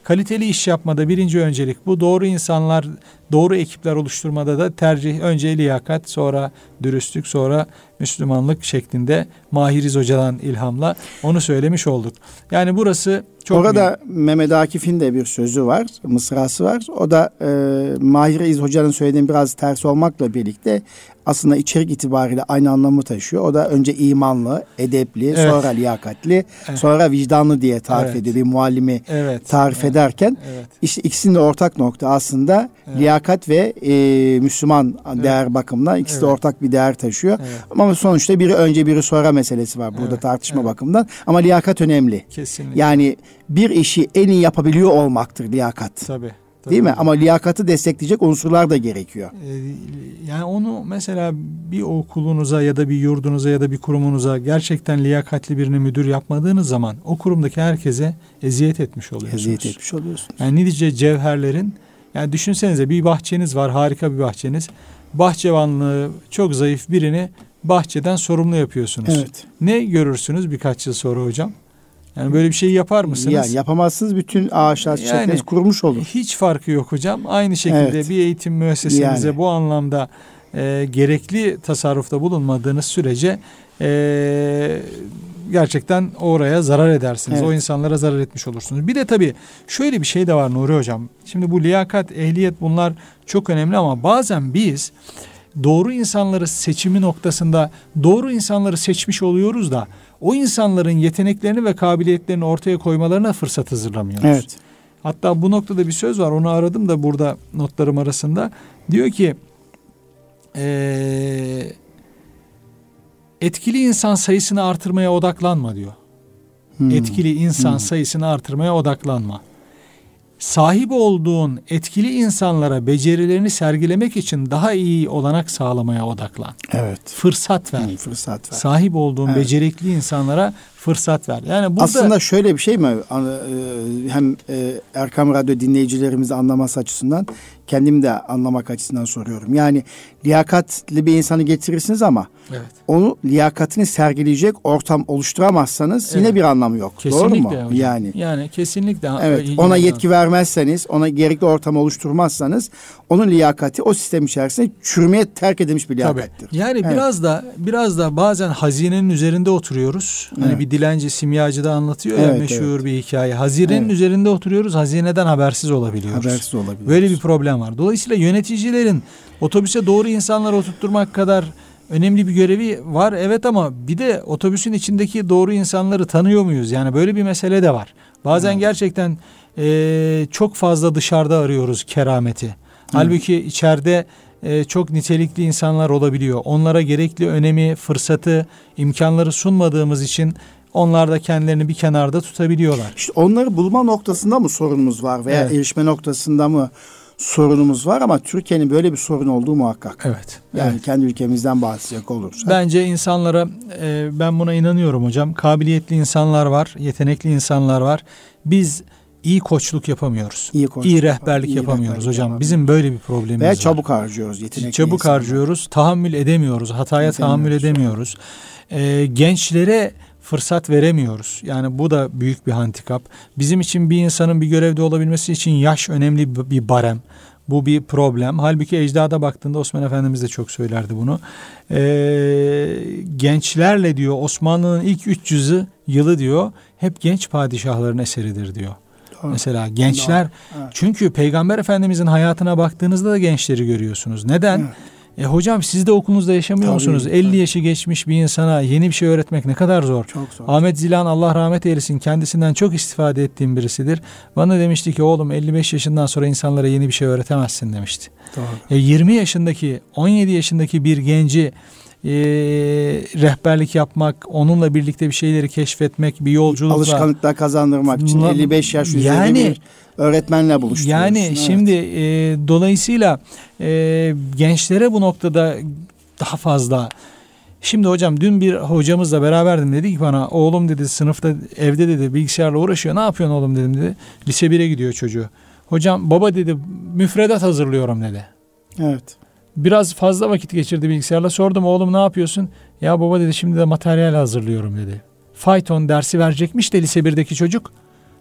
Kaliteli iş yapmada birinci öncelik bu. Doğru insanlar, doğru ekipler oluşturmada da tercih önce liyakat, sonra dürüstlük, sonra Müslümanlık şeklinde Mahiriz Hoca'dan ilhamla onu söylemiş olduk. Yani burası çok Orada büyük. Mehmet Akif'in de bir sözü var, mısrası var. O da e, Mahiriz Hoca'nın söylediğinin biraz ters olmakla birlikte aslında içerik itibariyle aynı anlamı taşıyor. O da önce imanlı, edepli, evet. sonra liyakatli, evet. sonra vicdanlı diye tarif evet. ediyor. Bir muallimi evet. tarif evet. ederken evet. işte ikisinin de ortak nokta aslında evet. liyakat ve e, Müslüman evet. değer bakımından ikisi evet. de ortak bir değer taşıyor. Evet. Ama sonuçta biri önce biri sonra meselesi var burada evet. tartışma evet. bakımından. Ama liyakat önemli. Kesinlikle. Yani bir işi en iyi yapabiliyor olmaktır liyakat. Tabii. Tabii Değil mi? hocam. Ama liyakatı destekleyecek unsurlar da gerekiyor. Ee, yani onu mesela bir okulunuza ya da bir yurdunuza ya da bir kurumunuza gerçekten liyakatli birini müdür yapmadığınız zaman o kurumdaki herkese eziyet etmiş oluyorsunuz. Eziyet etmiş oluyorsunuz. Yani nice cevherlerin, yani düşünsenize bir bahçeniz var, harika bir bahçeniz. Bahçıvanlığı çok zayıf birini bahçeden sorumlu yapıyorsunuz. Evet. Ne görürsünüz birkaç yıl sonra hocam? Yani böyle bir şey yapar mısınız? Yani yapamazsınız, bütün ağaçlar çiçekler yani, kurumuş olur. Hiç farkı yok hocam. Aynı şekilde evet. bir eğitim müessesenize yani. bu anlamda e, gerekli tasarrufta bulunmadığınız sürece e, gerçekten oraya zarar edersiniz. Evet. O insanlara zarar etmiş olursunuz. Bir de tabii şöyle bir şey de var Nuri Hocam. Şimdi bu liyakat, ehliyet bunlar çok önemli ama bazen biz doğru insanları seçimi noktasında doğru insanları seçmiş oluyoruz da o insanların yeteneklerini ve kabiliyetlerini ortaya koymalarına fırsat hazırlamıyoruz. Evet. Hatta bu noktada bir söz var, onu aradım da burada notlarım arasında. Diyor ki ee, etkili insan sayısını artırmaya odaklanma diyor. Hmm. Etkili insan hmm. sayısını artırmaya odaklanma. Sahip olduğun etkili insanlara becerilerini sergilemek için daha iyi olanak sağlamaya odaklan. Evet. Fırsat ver. Hmm, fırsat ver. Sahip olduğun evet. becerikli insanlara fırsat ver. Yani burada aslında şöyle bir şey mi? Hem Erkam Radyo dinleyicilerimizi anlaması açısından, kendim de anlamak açısından soruyorum. Yani liyakatli bir insanı getirirsiniz ama evet. onu liyakatini sergileyecek ortam oluşturamazsanız evet. yine bir anlamı yok. Kesinlikle Doğru mu? Hocam. Yani yani kesinlikle. Evet. Ona yetki vermezseniz, ona gerekli ortam oluşturmazsanız onun liyakati o sistem içerisinde çürümeye terk edilmiş bir liyakattir. Tabii. Yani evet. biraz da biraz da bazen hazinenin üzerinde oturuyoruz. Hani evet. bir dilenci, simyacı da anlatıyor evet, ya meşhur evet. bir hikaye. Hazinenin evet. üzerinde oturuyoruz. Hazineden habersiz olabiliyoruz. Habersiz olabiliyoruz. Böyle bir problem var. Dolayısıyla yöneticilerin otobüse doğru insanları oturtturmak kadar önemli bir görevi var. Evet, ama bir de otobüsün içindeki doğru insanları tanıyor muyuz? Yani böyle bir mesele de var. Bazen evet. gerçekten e, çok fazla dışarıda arıyoruz kerameti. Evet. Halbuki içeride e, çok nitelikli insanlar olabiliyor. Onlara gerekli önemi, fırsatı, imkanları sunmadığımız için onlar da kendilerini bir kenarda tutabiliyorlar. İşte onları bulma noktasında mı sorunumuz var veya evet. erişme noktasında mı sorunumuz var, ama Türkiye'nin böyle bir sorun olduğu muhakkak. Evet. Yani evet. kendi ülkemizden bahsedecek olursak. Bence insanlara e, ben buna inanıyorum hocam. Kabiliyetli insanlar var, yetenekli insanlar var. Biz iyi koçluk yapamıyoruz. İyi, koçluk iyi rehberlik iyi yapamıyoruz rehberlik hocam. Yapamıyoruz. Bizim böyle bir problemimiz Veya var. çabuk harcıyoruz yetenekli Çabuk insanlar. harcıyoruz, tahammül edemiyoruz, hataya tahammül edemiyoruz. E, gençlere fırsat veremiyoruz. Yani bu da büyük bir handikap. Bizim için bir insanın bir görevde olabilmesi için yaş önemli bir barem. Bu bir problem. Halbuki ecdada baktığında Osman Efendimiz de çok söylerdi bunu. Ee, gençlerle diyor Osmanlı'nın ilk üç yüz yılı diyor hep genç padişahların eseridir diyor. Doğru. Mesela gençler Doğru. Evet. Çünkü Peygamber Efendimizin hayatına baktığınızda da gençleri görüyorsunuz. Neden? Evet. E hocam siz de okulunuzda yaşamıyor tabii, musunuz? elli tabii. yaşı geçmiş bir insana yeni bir şey öğretmek ne kadar zor. Çok zor. Ahmet Zilan Allah rahmet eylesin, kendisinden çok istifade ettiğim birisidir. Bana demişti ki oğlum elli beş yaşından sonra insanlara yeni bir şey öğretemezsin demişti. Doğru. E yirmi yaşındaki on yedi yaşındaki bir genci e, rehberlik yapmak, onunla birlikte bir şeyleri keşfetmek, bir yolculukla alışkanlıklar kazandırmak için elli beş yaş üzeri yani, bir öğretmenle buluşturuyorsun. Yani evet. şimdi e, dolayısıyla e, gençlere bu noktada daha fazla. Şimdi hocam dün bir hocamızla beraberdim, dedi ki bana oğlum dedi sınıfta evde dedi bilgisayarla uğraşıyor. Ne yapıyorsun oğlum dedim dedi. Lise bire gidiyor çocuğu. Hocam baba dedi müfredat hazırlıyorum dedi. Evet. Biraz fazla vakit geçirdi bilgisayarla. Sordum oğlum ne yapıyorsun? Ya baba dedi şimdi de materyal hazırlıyorum dedi. Fayton dersi verecekmiş de lise birdeki çocuk.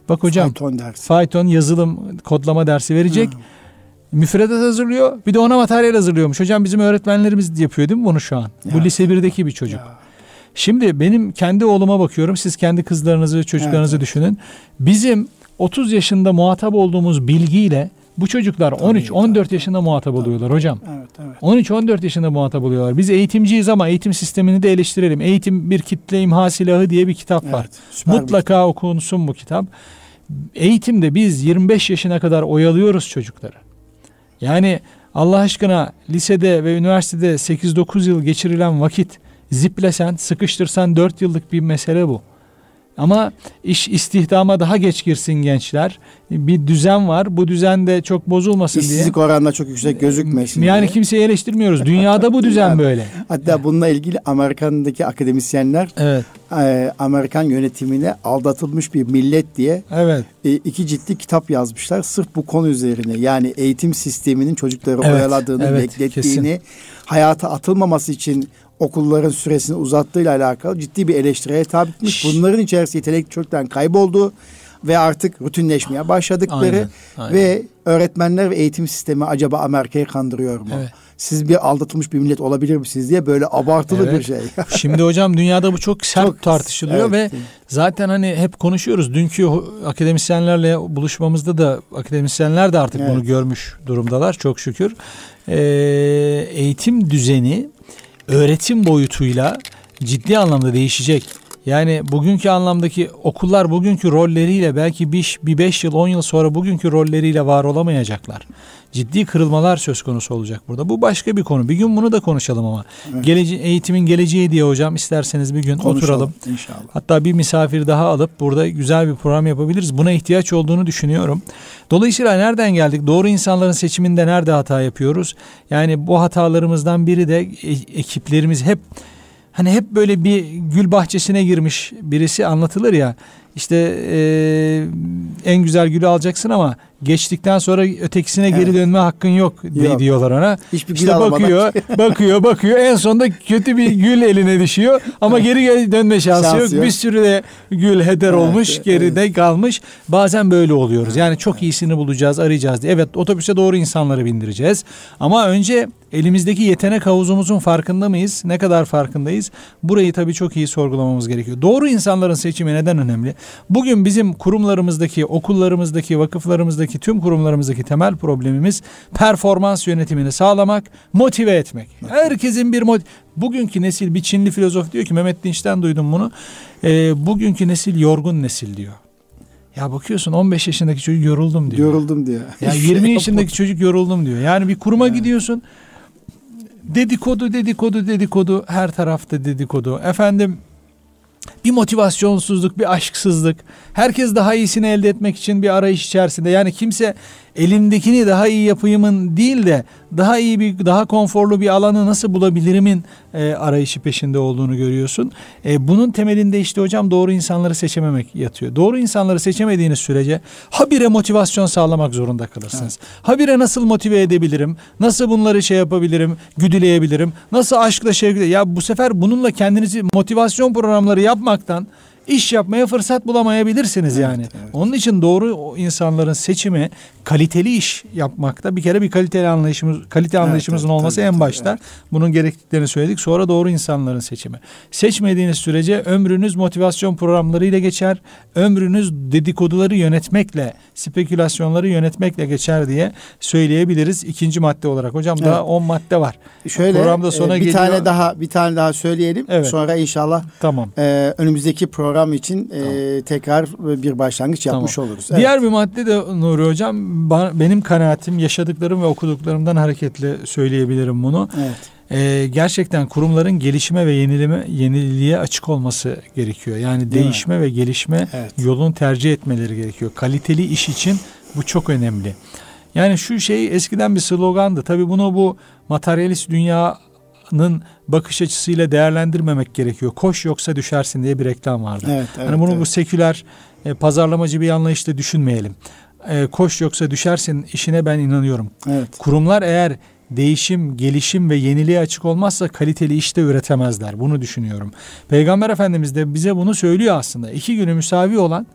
Bak hocam Python dersi. Python yazılım kodlama dersi verecek. Hı. Müfredat hazırlıyor. Bir de ona materyal hazırlıyormuş. Hocam bizim öğretmenlerimiz yapıyor değil mi bunu şu an? Ya. Bu lise birdeki bir çocuk. Ya. Şimdi benim kendi oğluma bakıyorum. Siz kendi kızlarınızı, çocuklarınızı Evet, evet. düşünün. Bizim otuz yaşında muhatap olduğumuz bilgiyle bu çocuklar on üç on dört yaşında muhatap oluyorlar hocam. Evet, evet. on üç on dört yaşında muhatap oluyorlar. Biz eğitimciyiz ama eğitim sistemini de eleştirelim. Eğitim bir kitle imha silahı diye bir kitap var. Evet, süper bir Mutlaka okunsun bu kitap. Eğitimde biz yirmi beş yaşına kadar oyalıyoruz çocukları. Yani Allah aşkına lisede ve üniversitede sekiz dokuz yıl geçirilen vakit ziplesen, sıkıştırsan dört yıllık bir mesele bu. Ama iş istihdama daha geç girsin gençler. Bir düzen var. Bu düzen de çok bozulmasın diye. İşsizlik oranında çok yüksek gözükmesin Yani diye. kimseyi eleştirmiyoruz. Dünyada bu düzen Yani, böyle. Hatta bununla ilgili Amerika'daki akademisyenler Evet. e, Amerikan yönetimine aldatılmış bir millet diye Evet. e, iki ciltli kitap yazmışlar. Sırf bu konu üzerine. Yani eğitim sisteminin çocukları Evet, oyaladığını, evet, beklettiğini, kesin. hayata atılmaması için okulların süresini uzattığıyla alakalı ciddi bir eleştiriye tabi tutmuş. Şş. Bunların içerisinde yetenekli çocukların kaybolduğu ve artık rutinleşmeye başladıkları Aynen, aynen. ve öğretmenler ve eğitim sistemi acaba Amerika'yı kandırıyor mu? Evet. Siz bir aldatılmış bir millet olabilir misiniz diye böyle abartılı Evet. bir şey. Şimdi hocam dünyada bu çok sert Çok, tartışılıyor evet. ve zaten hani hep konuşuyoruz. Dünkü akademisyenlerle buluşmamızda da akademisyenler de artık Evet. bunu görmüş durumdalar çok şükür. Ee, eğitim düzeni öğretim boyutuyla ciddi anlamda değişecek. Yani bugünkü anlamdaki okullar bugünkü rolleriyle belki bir, bir beş yıl on yıl sonra bugünkü rolleriyle var olamayacaklar. Ciddi kırılmalar söz konusu olacak burada. Bu başka bir konu. Bir gün bunu da konuşalım ama. Evet. Gelece eğitimin geleceği diye hocam isterseniz bir gün Konuşalım oturalım. inşallah. Hatta bir misafir daha alıp burada güzel bir program yapabiliriz. Buna ihtiyaç olduğunu düşünüyorum. Dolayısıyla nereden geldik? Doğru insanların seçiminde nerede hata yapıyoruz? Yani bu hatalarımızdan biri de e- ekiplerimiz hep hani hep böyle bir gül bahçesine girmiş birisi anlatılır ya. İşte e, en güzel gülü alacaksın ama geçtikten sonra ötekisine Evet. geri dönme hakkın yok, Yok. diyorlar ona. Hiçbir gül İşte alamadan. bakıyor, bakıyor, bakıyor. En sonunda kötü bir gül eline düşüyor ama geri geri dönme şansı, Şansı yok. yok. Bir sürü de gül heder Evet, olmuş, evet. geride kalmış. Bazen böyle oluyoruz. Yani çok iyisini bulacağız, arayacağız diye. Evet, otobüse doğru insanları bindireceğiz. Ama önce elimizdeki yetenek havuzumuzun farkında mıyız? Ne kadar farkındayız? Burayı tabii çok iyi sorgulamamız gerekiyor. Doğru insanların seçimi neden önemli? Bugün bizim kurumlarımızdaki, okullarımızdaki, vakıflarımızdaki, tüm kurumlarımızdaki temel problemimiz performans yönetimini sağlamak, motive etmek. Herkesin bir motiv... Bugünkü nesil, bir Çinli filozof diyor ki, Mehmet Dinç'ten duydum bunu. E, bugünkü nesil yorgun nesil diyor. Ya bakıyorsun on beş yaşındaki çocuk yoruldum diyor. Yoruldum diyor. Ya yirmi yaşındaki çocuk yoruldum diyor. Yani bir kuruma gidiyorsun. Dedikodu, dedikodu, dedikodu. Her tarafta dedikodu. Efendim bir motivasyonsuzluk, bir aşksızlık. Herkes daha iyisini elde etmek için bir arayış içerisinde. Yani kimse elimdekini daha iyi yapayımın değil de daha iyi bir, daha konforlu bir alanı nasıl bulabilirimin e, arayışı peşinde olduğunu görüyorsun. E, bunun temelinde işte hocam doğru insanları seçememek yatıyor. Doğru insanları seçemediğiniz sürece habire motivasyon sağlamak zorunda kalırsınız. Evet. Habire nasıl motive edebilirim? Nasıl bunları şey yapabilirim? Güdüleyebilirim? Nasıl aşkla şevkle? Ya bu sefer bununla kendinizi motivasyon programları yapmaktan İş yapmaya fırsat bulamayabilirsiniz yani. Evet, evet. Onun için doğru insanların seçimi kaliteli iş yapmakta bir kere bir kaliteli anlayışımız, kalite Evet, anlayışımızın evet, olması tabii, en tabii, başta. evet. Bunun gerektiklerini söyledik. Sonra doğru insanların seçimi. Seçmediğiniz sürece ömrünüz motivasyon programlarıyla geçer. Ömrünüz dedikoduları yönetmekle, spekülasyonları yönetmekle geçer diye söyleyebiliriz. İkinci madde olarak. Hocam Evet. daha on madde var. Şöyle Programda sona e, bir geliyor. tane daha bir tane daha söyleyelim. Evet. Sonra inşallah Tamam. e, önümüzdeki program için e, Tamam. tekrar bir başlangıç yapmış Tamam. oluruz. Evet. Diğer bir madde de Nuri Hocam, ba- benim kanaatim, yaşadıklarım ve okuduklarımdan hareketle söyleyebilirim bunu. Evet. Ee, gerçekten kurumların gelişime ve yenileme, yeniliğe açık olması gerekiyor. Yani Değil değişme mi? ve gelişme Evet. yolunu tercih etmeleri gerekiyor. Kaliteli iş için bu çok önemli. Yani şu şey eskiden bir slogandı. Tabii bunu bu materyalist dünyanın bakış açısıyla değerlendirmemek gerekiyor. Koş yoksa düşersin diye bir reklam vardı. Evet, evet, hani bunu evet. bu seküler e, pazarlamacı bir anlayışla düşünmeyelim. E, koş yoksa düşersin işine ben inanıyorum. Evet. Kurumlar eğer değişim, gelişim ve yeniliğe açık olmazsa kaliteli işte üretemezler. Bunu düşünüyorum. Peygamber Efendimiz de bize bunu söylüyor aslında. İki günü müsavi olan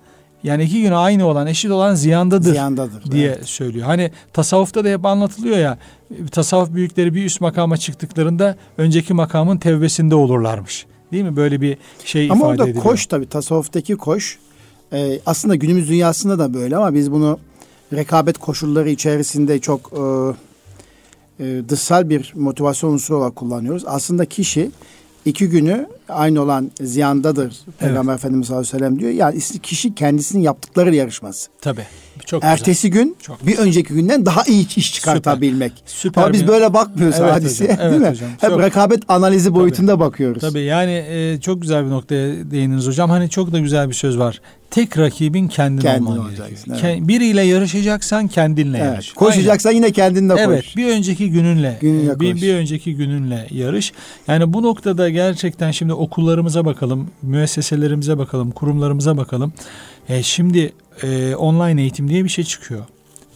yani iki güne aynı olan, eşit olan ziyandadır, ziyandadır diye evet. söylüyor. Hani tasavvufta da hep anlatılıyor ya, tasavvuf büyükleri bir üst makama çıktıklarında önceki makamın tevbesinde olurlarmış. Değil mi? Böyle bir şey ama ifade orada ediliyor. koş tabii, tasavvuftaki koş e, aslında günümüz dünyasında da böyle ama biz bunu rekabet koşulları içerisinde çok e, e, dışsal bir motivasyon unsuru olarak kullanıyoruz. Aslında kişi iki günü aynı olan ziyandadır. Peygamber evet. Efendimiz sallallahu aleyhi ve sellem diyor. Yani kişi kendisinin yaptıklarıyla yarışması. Tabii. Çok ertesi güzel. gün Çok bir önceki günden daha iyi iş çıkartabilmek. Süper. Süper. Ama biz böyle bakmıyoruz evet hadiseye, hocam, evet değil mi? Hocam. Hep çok... rekabet analizi boyutunda Tabii. bakıyoruz. Tabii yani e, çok güzel bir noktaya değindiniz hocam. Hani çok da güzel bir söz var. Tek rakibin kendin, kendin olman gerekiyor. Evet. Biriyle yarışacaksan kendinle evet. yarış. Koşacaksan Aynen. yine kendinle koş. Evet, bir önceki gününle, Gününle bir, bir önceki gününle yarış. Yani bu noktada gerçekten şimdi okullarımıza bakalım, müesseselerimize bakalım, kurumlarımıza bakalım. E, şimdi e, online eğitim diye bir şey çıkıyor.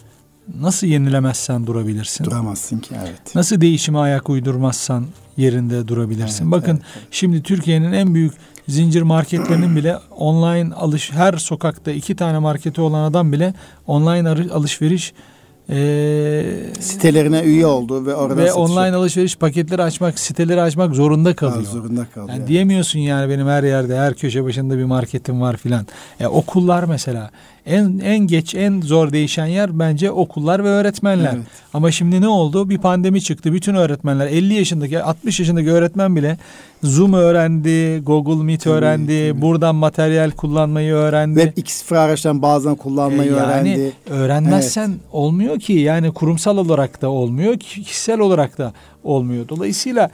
Nasıl yenilemezsen durabilirsin? Duramazsın ki evet. Nasıl değişime ayak uydurmazsan yerinde durabilirsin? Evet, Bakın evet, evet. şimdi Türkiye'nin en büyük zincir marketlerinin bile online alış, her sokakta iki tane marketi olan adam bile online alışveriş e, sitelerine üye oldu ve orada ve satışıyor. online alışveriş paketleri açmak, siteleri açmak zorunda kalıyor. Ha, zorunda kalıyor. Yani diyemiyorsun yani benim her yerde, her köşe başında bir marketim var filan. E, okullar mesela en en geç, en zor değişen yer bence okullar ve öğretmenler. Evet. Ama şimdi ne oldu? Bir pandemi çıktı. Bütün öğretmenler, elli yaşındaki, altmış yaşındaki öğretmen bile Zoom öğrendi, Google Meet tabii, öğrendi, tabii. buradan materyal kullanmayı öğrendi. Web iki nokta sıfır araçtan bazen kullanmayı e, yani öğrendi. Yani öğrenmezsen evet. olmuyor ki. Yani kurumsal olarak da olmuyor, kişisel olarak da olmuyor. Dolayısıyla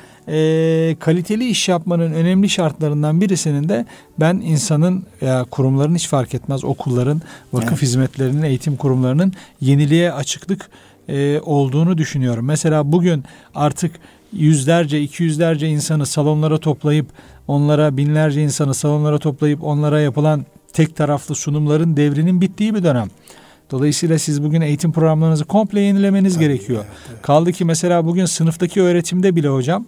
e, kaliteli iş yapmanın önemli şartlarından birisinin de ben insanın ya kurumların hiç fark etmez, okulların, vakıf evet. hizmetlerinin, eğitim kurumlarının yeniliğe açıklık e, olduğunu düşünüyorum. Mesela bugün artık yüzlerce, iki yüzlerce insanı salonlara toplayıp, onlara binlerce insanı salonlara toplayıp onlara yapılan tek taraflı sunumların devrinin bittiği bir dönem. Dolayısıyla siz bugün eğitim programlarınızı komple yenilemeniz Tabii, gerekiyor. Evet, evet. Kaldı ki mesela bugün sınıftaki öğretimde bile hocam,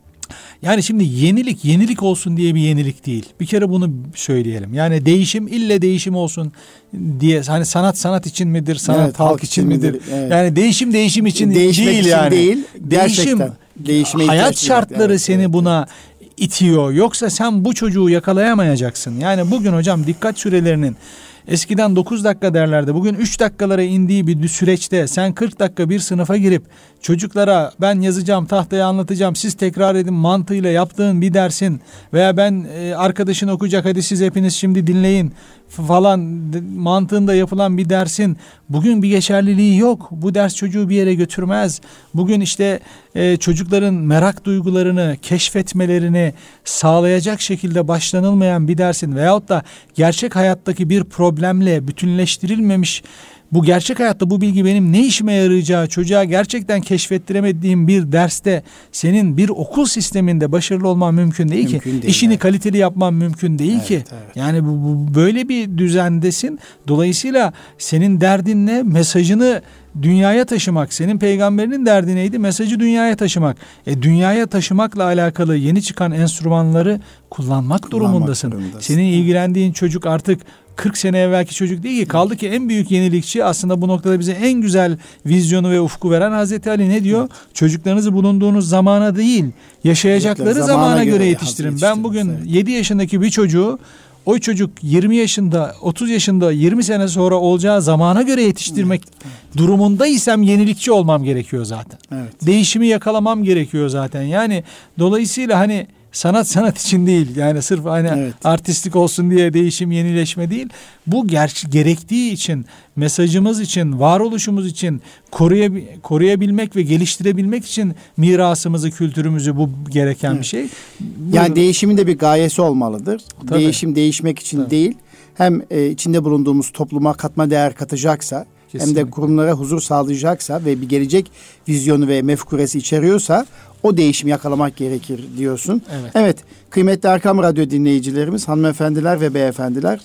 yani şimdi yenilik yenilik olsun diye bir yenilik değil. Bir kere bunu söyleyelim. Yani değişim ille değişim olsun diye, hani sanat sanat için midir, sanat evet, halk, halk için midir? midir? Evet. Yani değişim değişim için Değişmek değil için yani. Değil, değişim Değişime hayat şartları evet, seni evet, buna evet. itiyor. Yoksa sen bu çocuğu yakalayamayacaksın. Yani bugün hocam dikkat sürelerinin eskiden dokuz dakika derlerdi. Bugün üç dakikalara indiği bir süreçte sen kırk dakika bir sınıfa girip çocuklara ben yazacağım, tahtaya anlatacağım, siz tekrar edin mantığıyla yaptığın bir dersin veya ben e, arkadaşın okuyacak, hadi siz hepiniz şimdi dinleyin falan mantığında yapılan bir dersin bugün bir geçerliliği yok. Bu ders çocuğu bir yere götürmez. Bugün işte e, çocukların merak duygularını keşfetmelerini sağlayacak şekilde başlanılmayan bir dersin veyahut da gerçek hayattaki bir problemle bütünleştirilmemiş, bu gerçek hayatta bu bilgi benim ne işime yarayacağı çocuğa gerçekten keşfettiremediğim bir derste senin bir okul sisteminde başarılı olman mümkün değil mümkün ki. Değil, İşini evet. kaliteli yapman mümkün değil evet, ki. Evet. Yani bu, bu böyle bir düzendesin. Dolayısıyla senin derdin ne? Mesajını dünyaya taşımak. Senin peygamberinin derdi neydi? Mesajı dünyaya taşımak. E dünyaya taşımakla alakalı yeni çıkan enstrümanları kullanmak, kullanmak durumundasın. durumundasın. Senin ilgilendiğin çocuk artık kırk sene evvelki çocuk değil ki. Kaldı ki en büyük yenilikçi aslında bu noktada bize en güzel vizyonu ve ufku veren Hazreti Ali ne diyor? Evet. Çocuklarınızı bulunduğunuz zamana değil, yaşayacakları zamana, zamana göre, göre yetiştirin. Ben bugün evet. yedi yaşındaki bir çocuğu, o çocuk yirmi yaşında, otuz yaşında, yirmi sene sonra olacağı zamana göre yetiştirmek evet, evet. durumundaysam yenilikçi olmam gerekiyor zaten. Evet. Değişimi yakalamam gerekiyor zaten. Yani dolayısıyla hani sanat sanat için değil, yani sırf hani evet. artistik olsun diye değişim, yenileşme değil. Bu ger- gerektiği için, mesajımız için, varoluşumuz için koruyab- koruyabilmek ve geliştirebilmek için mirasımızı, kültürümüzü bu gereken evet. bir şey. Bu, yani değişimin de bir gayesi olmalıdır. Tabii. Değişim değişmek için Tabii. değil, hem e, içinde bulunduğumuz topluma katma değer katacaksa, kesinlikle. Hem de kurumlara huzur sağlayacaksa ve bir gelecek vizyonu ve mefkuresi içeriyorsa o değişimi yakalamak gerekir diyorsun. Evet. Evet, kıymetli Erkam Radyo dinleyicilerimiz, hanımefendiler ve beyefendiler,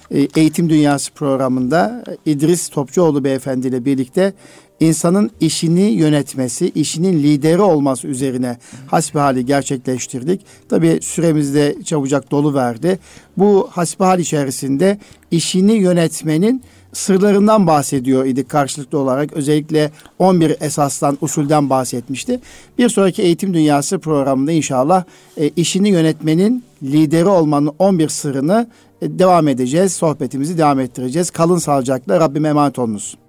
e, Eğitim Dünyası programında İdris Topçuoğlu Beyefendi ile birlikte insanın işini yönetmesi, işinin lideri olması üzerine hasbihali gerçekleştirdik. Tabii süremiz de çabucak dolu verdi. Bu hasbihal içerisinde işini yönetmenin sırlarından bahsediyor idik karşılıklı olarak. Özellikle on bir esasdan, usulden bahsetmişti. Bir sonraki Eğitim Dünyası programında inşallah e, işini yönetmenin, lideri olmanın on bir sırrını e, devam edeceğiz. Sohbetimizi devam ettireceğiz. Kalın sağlıcakla, Rabbime emanet olunuz.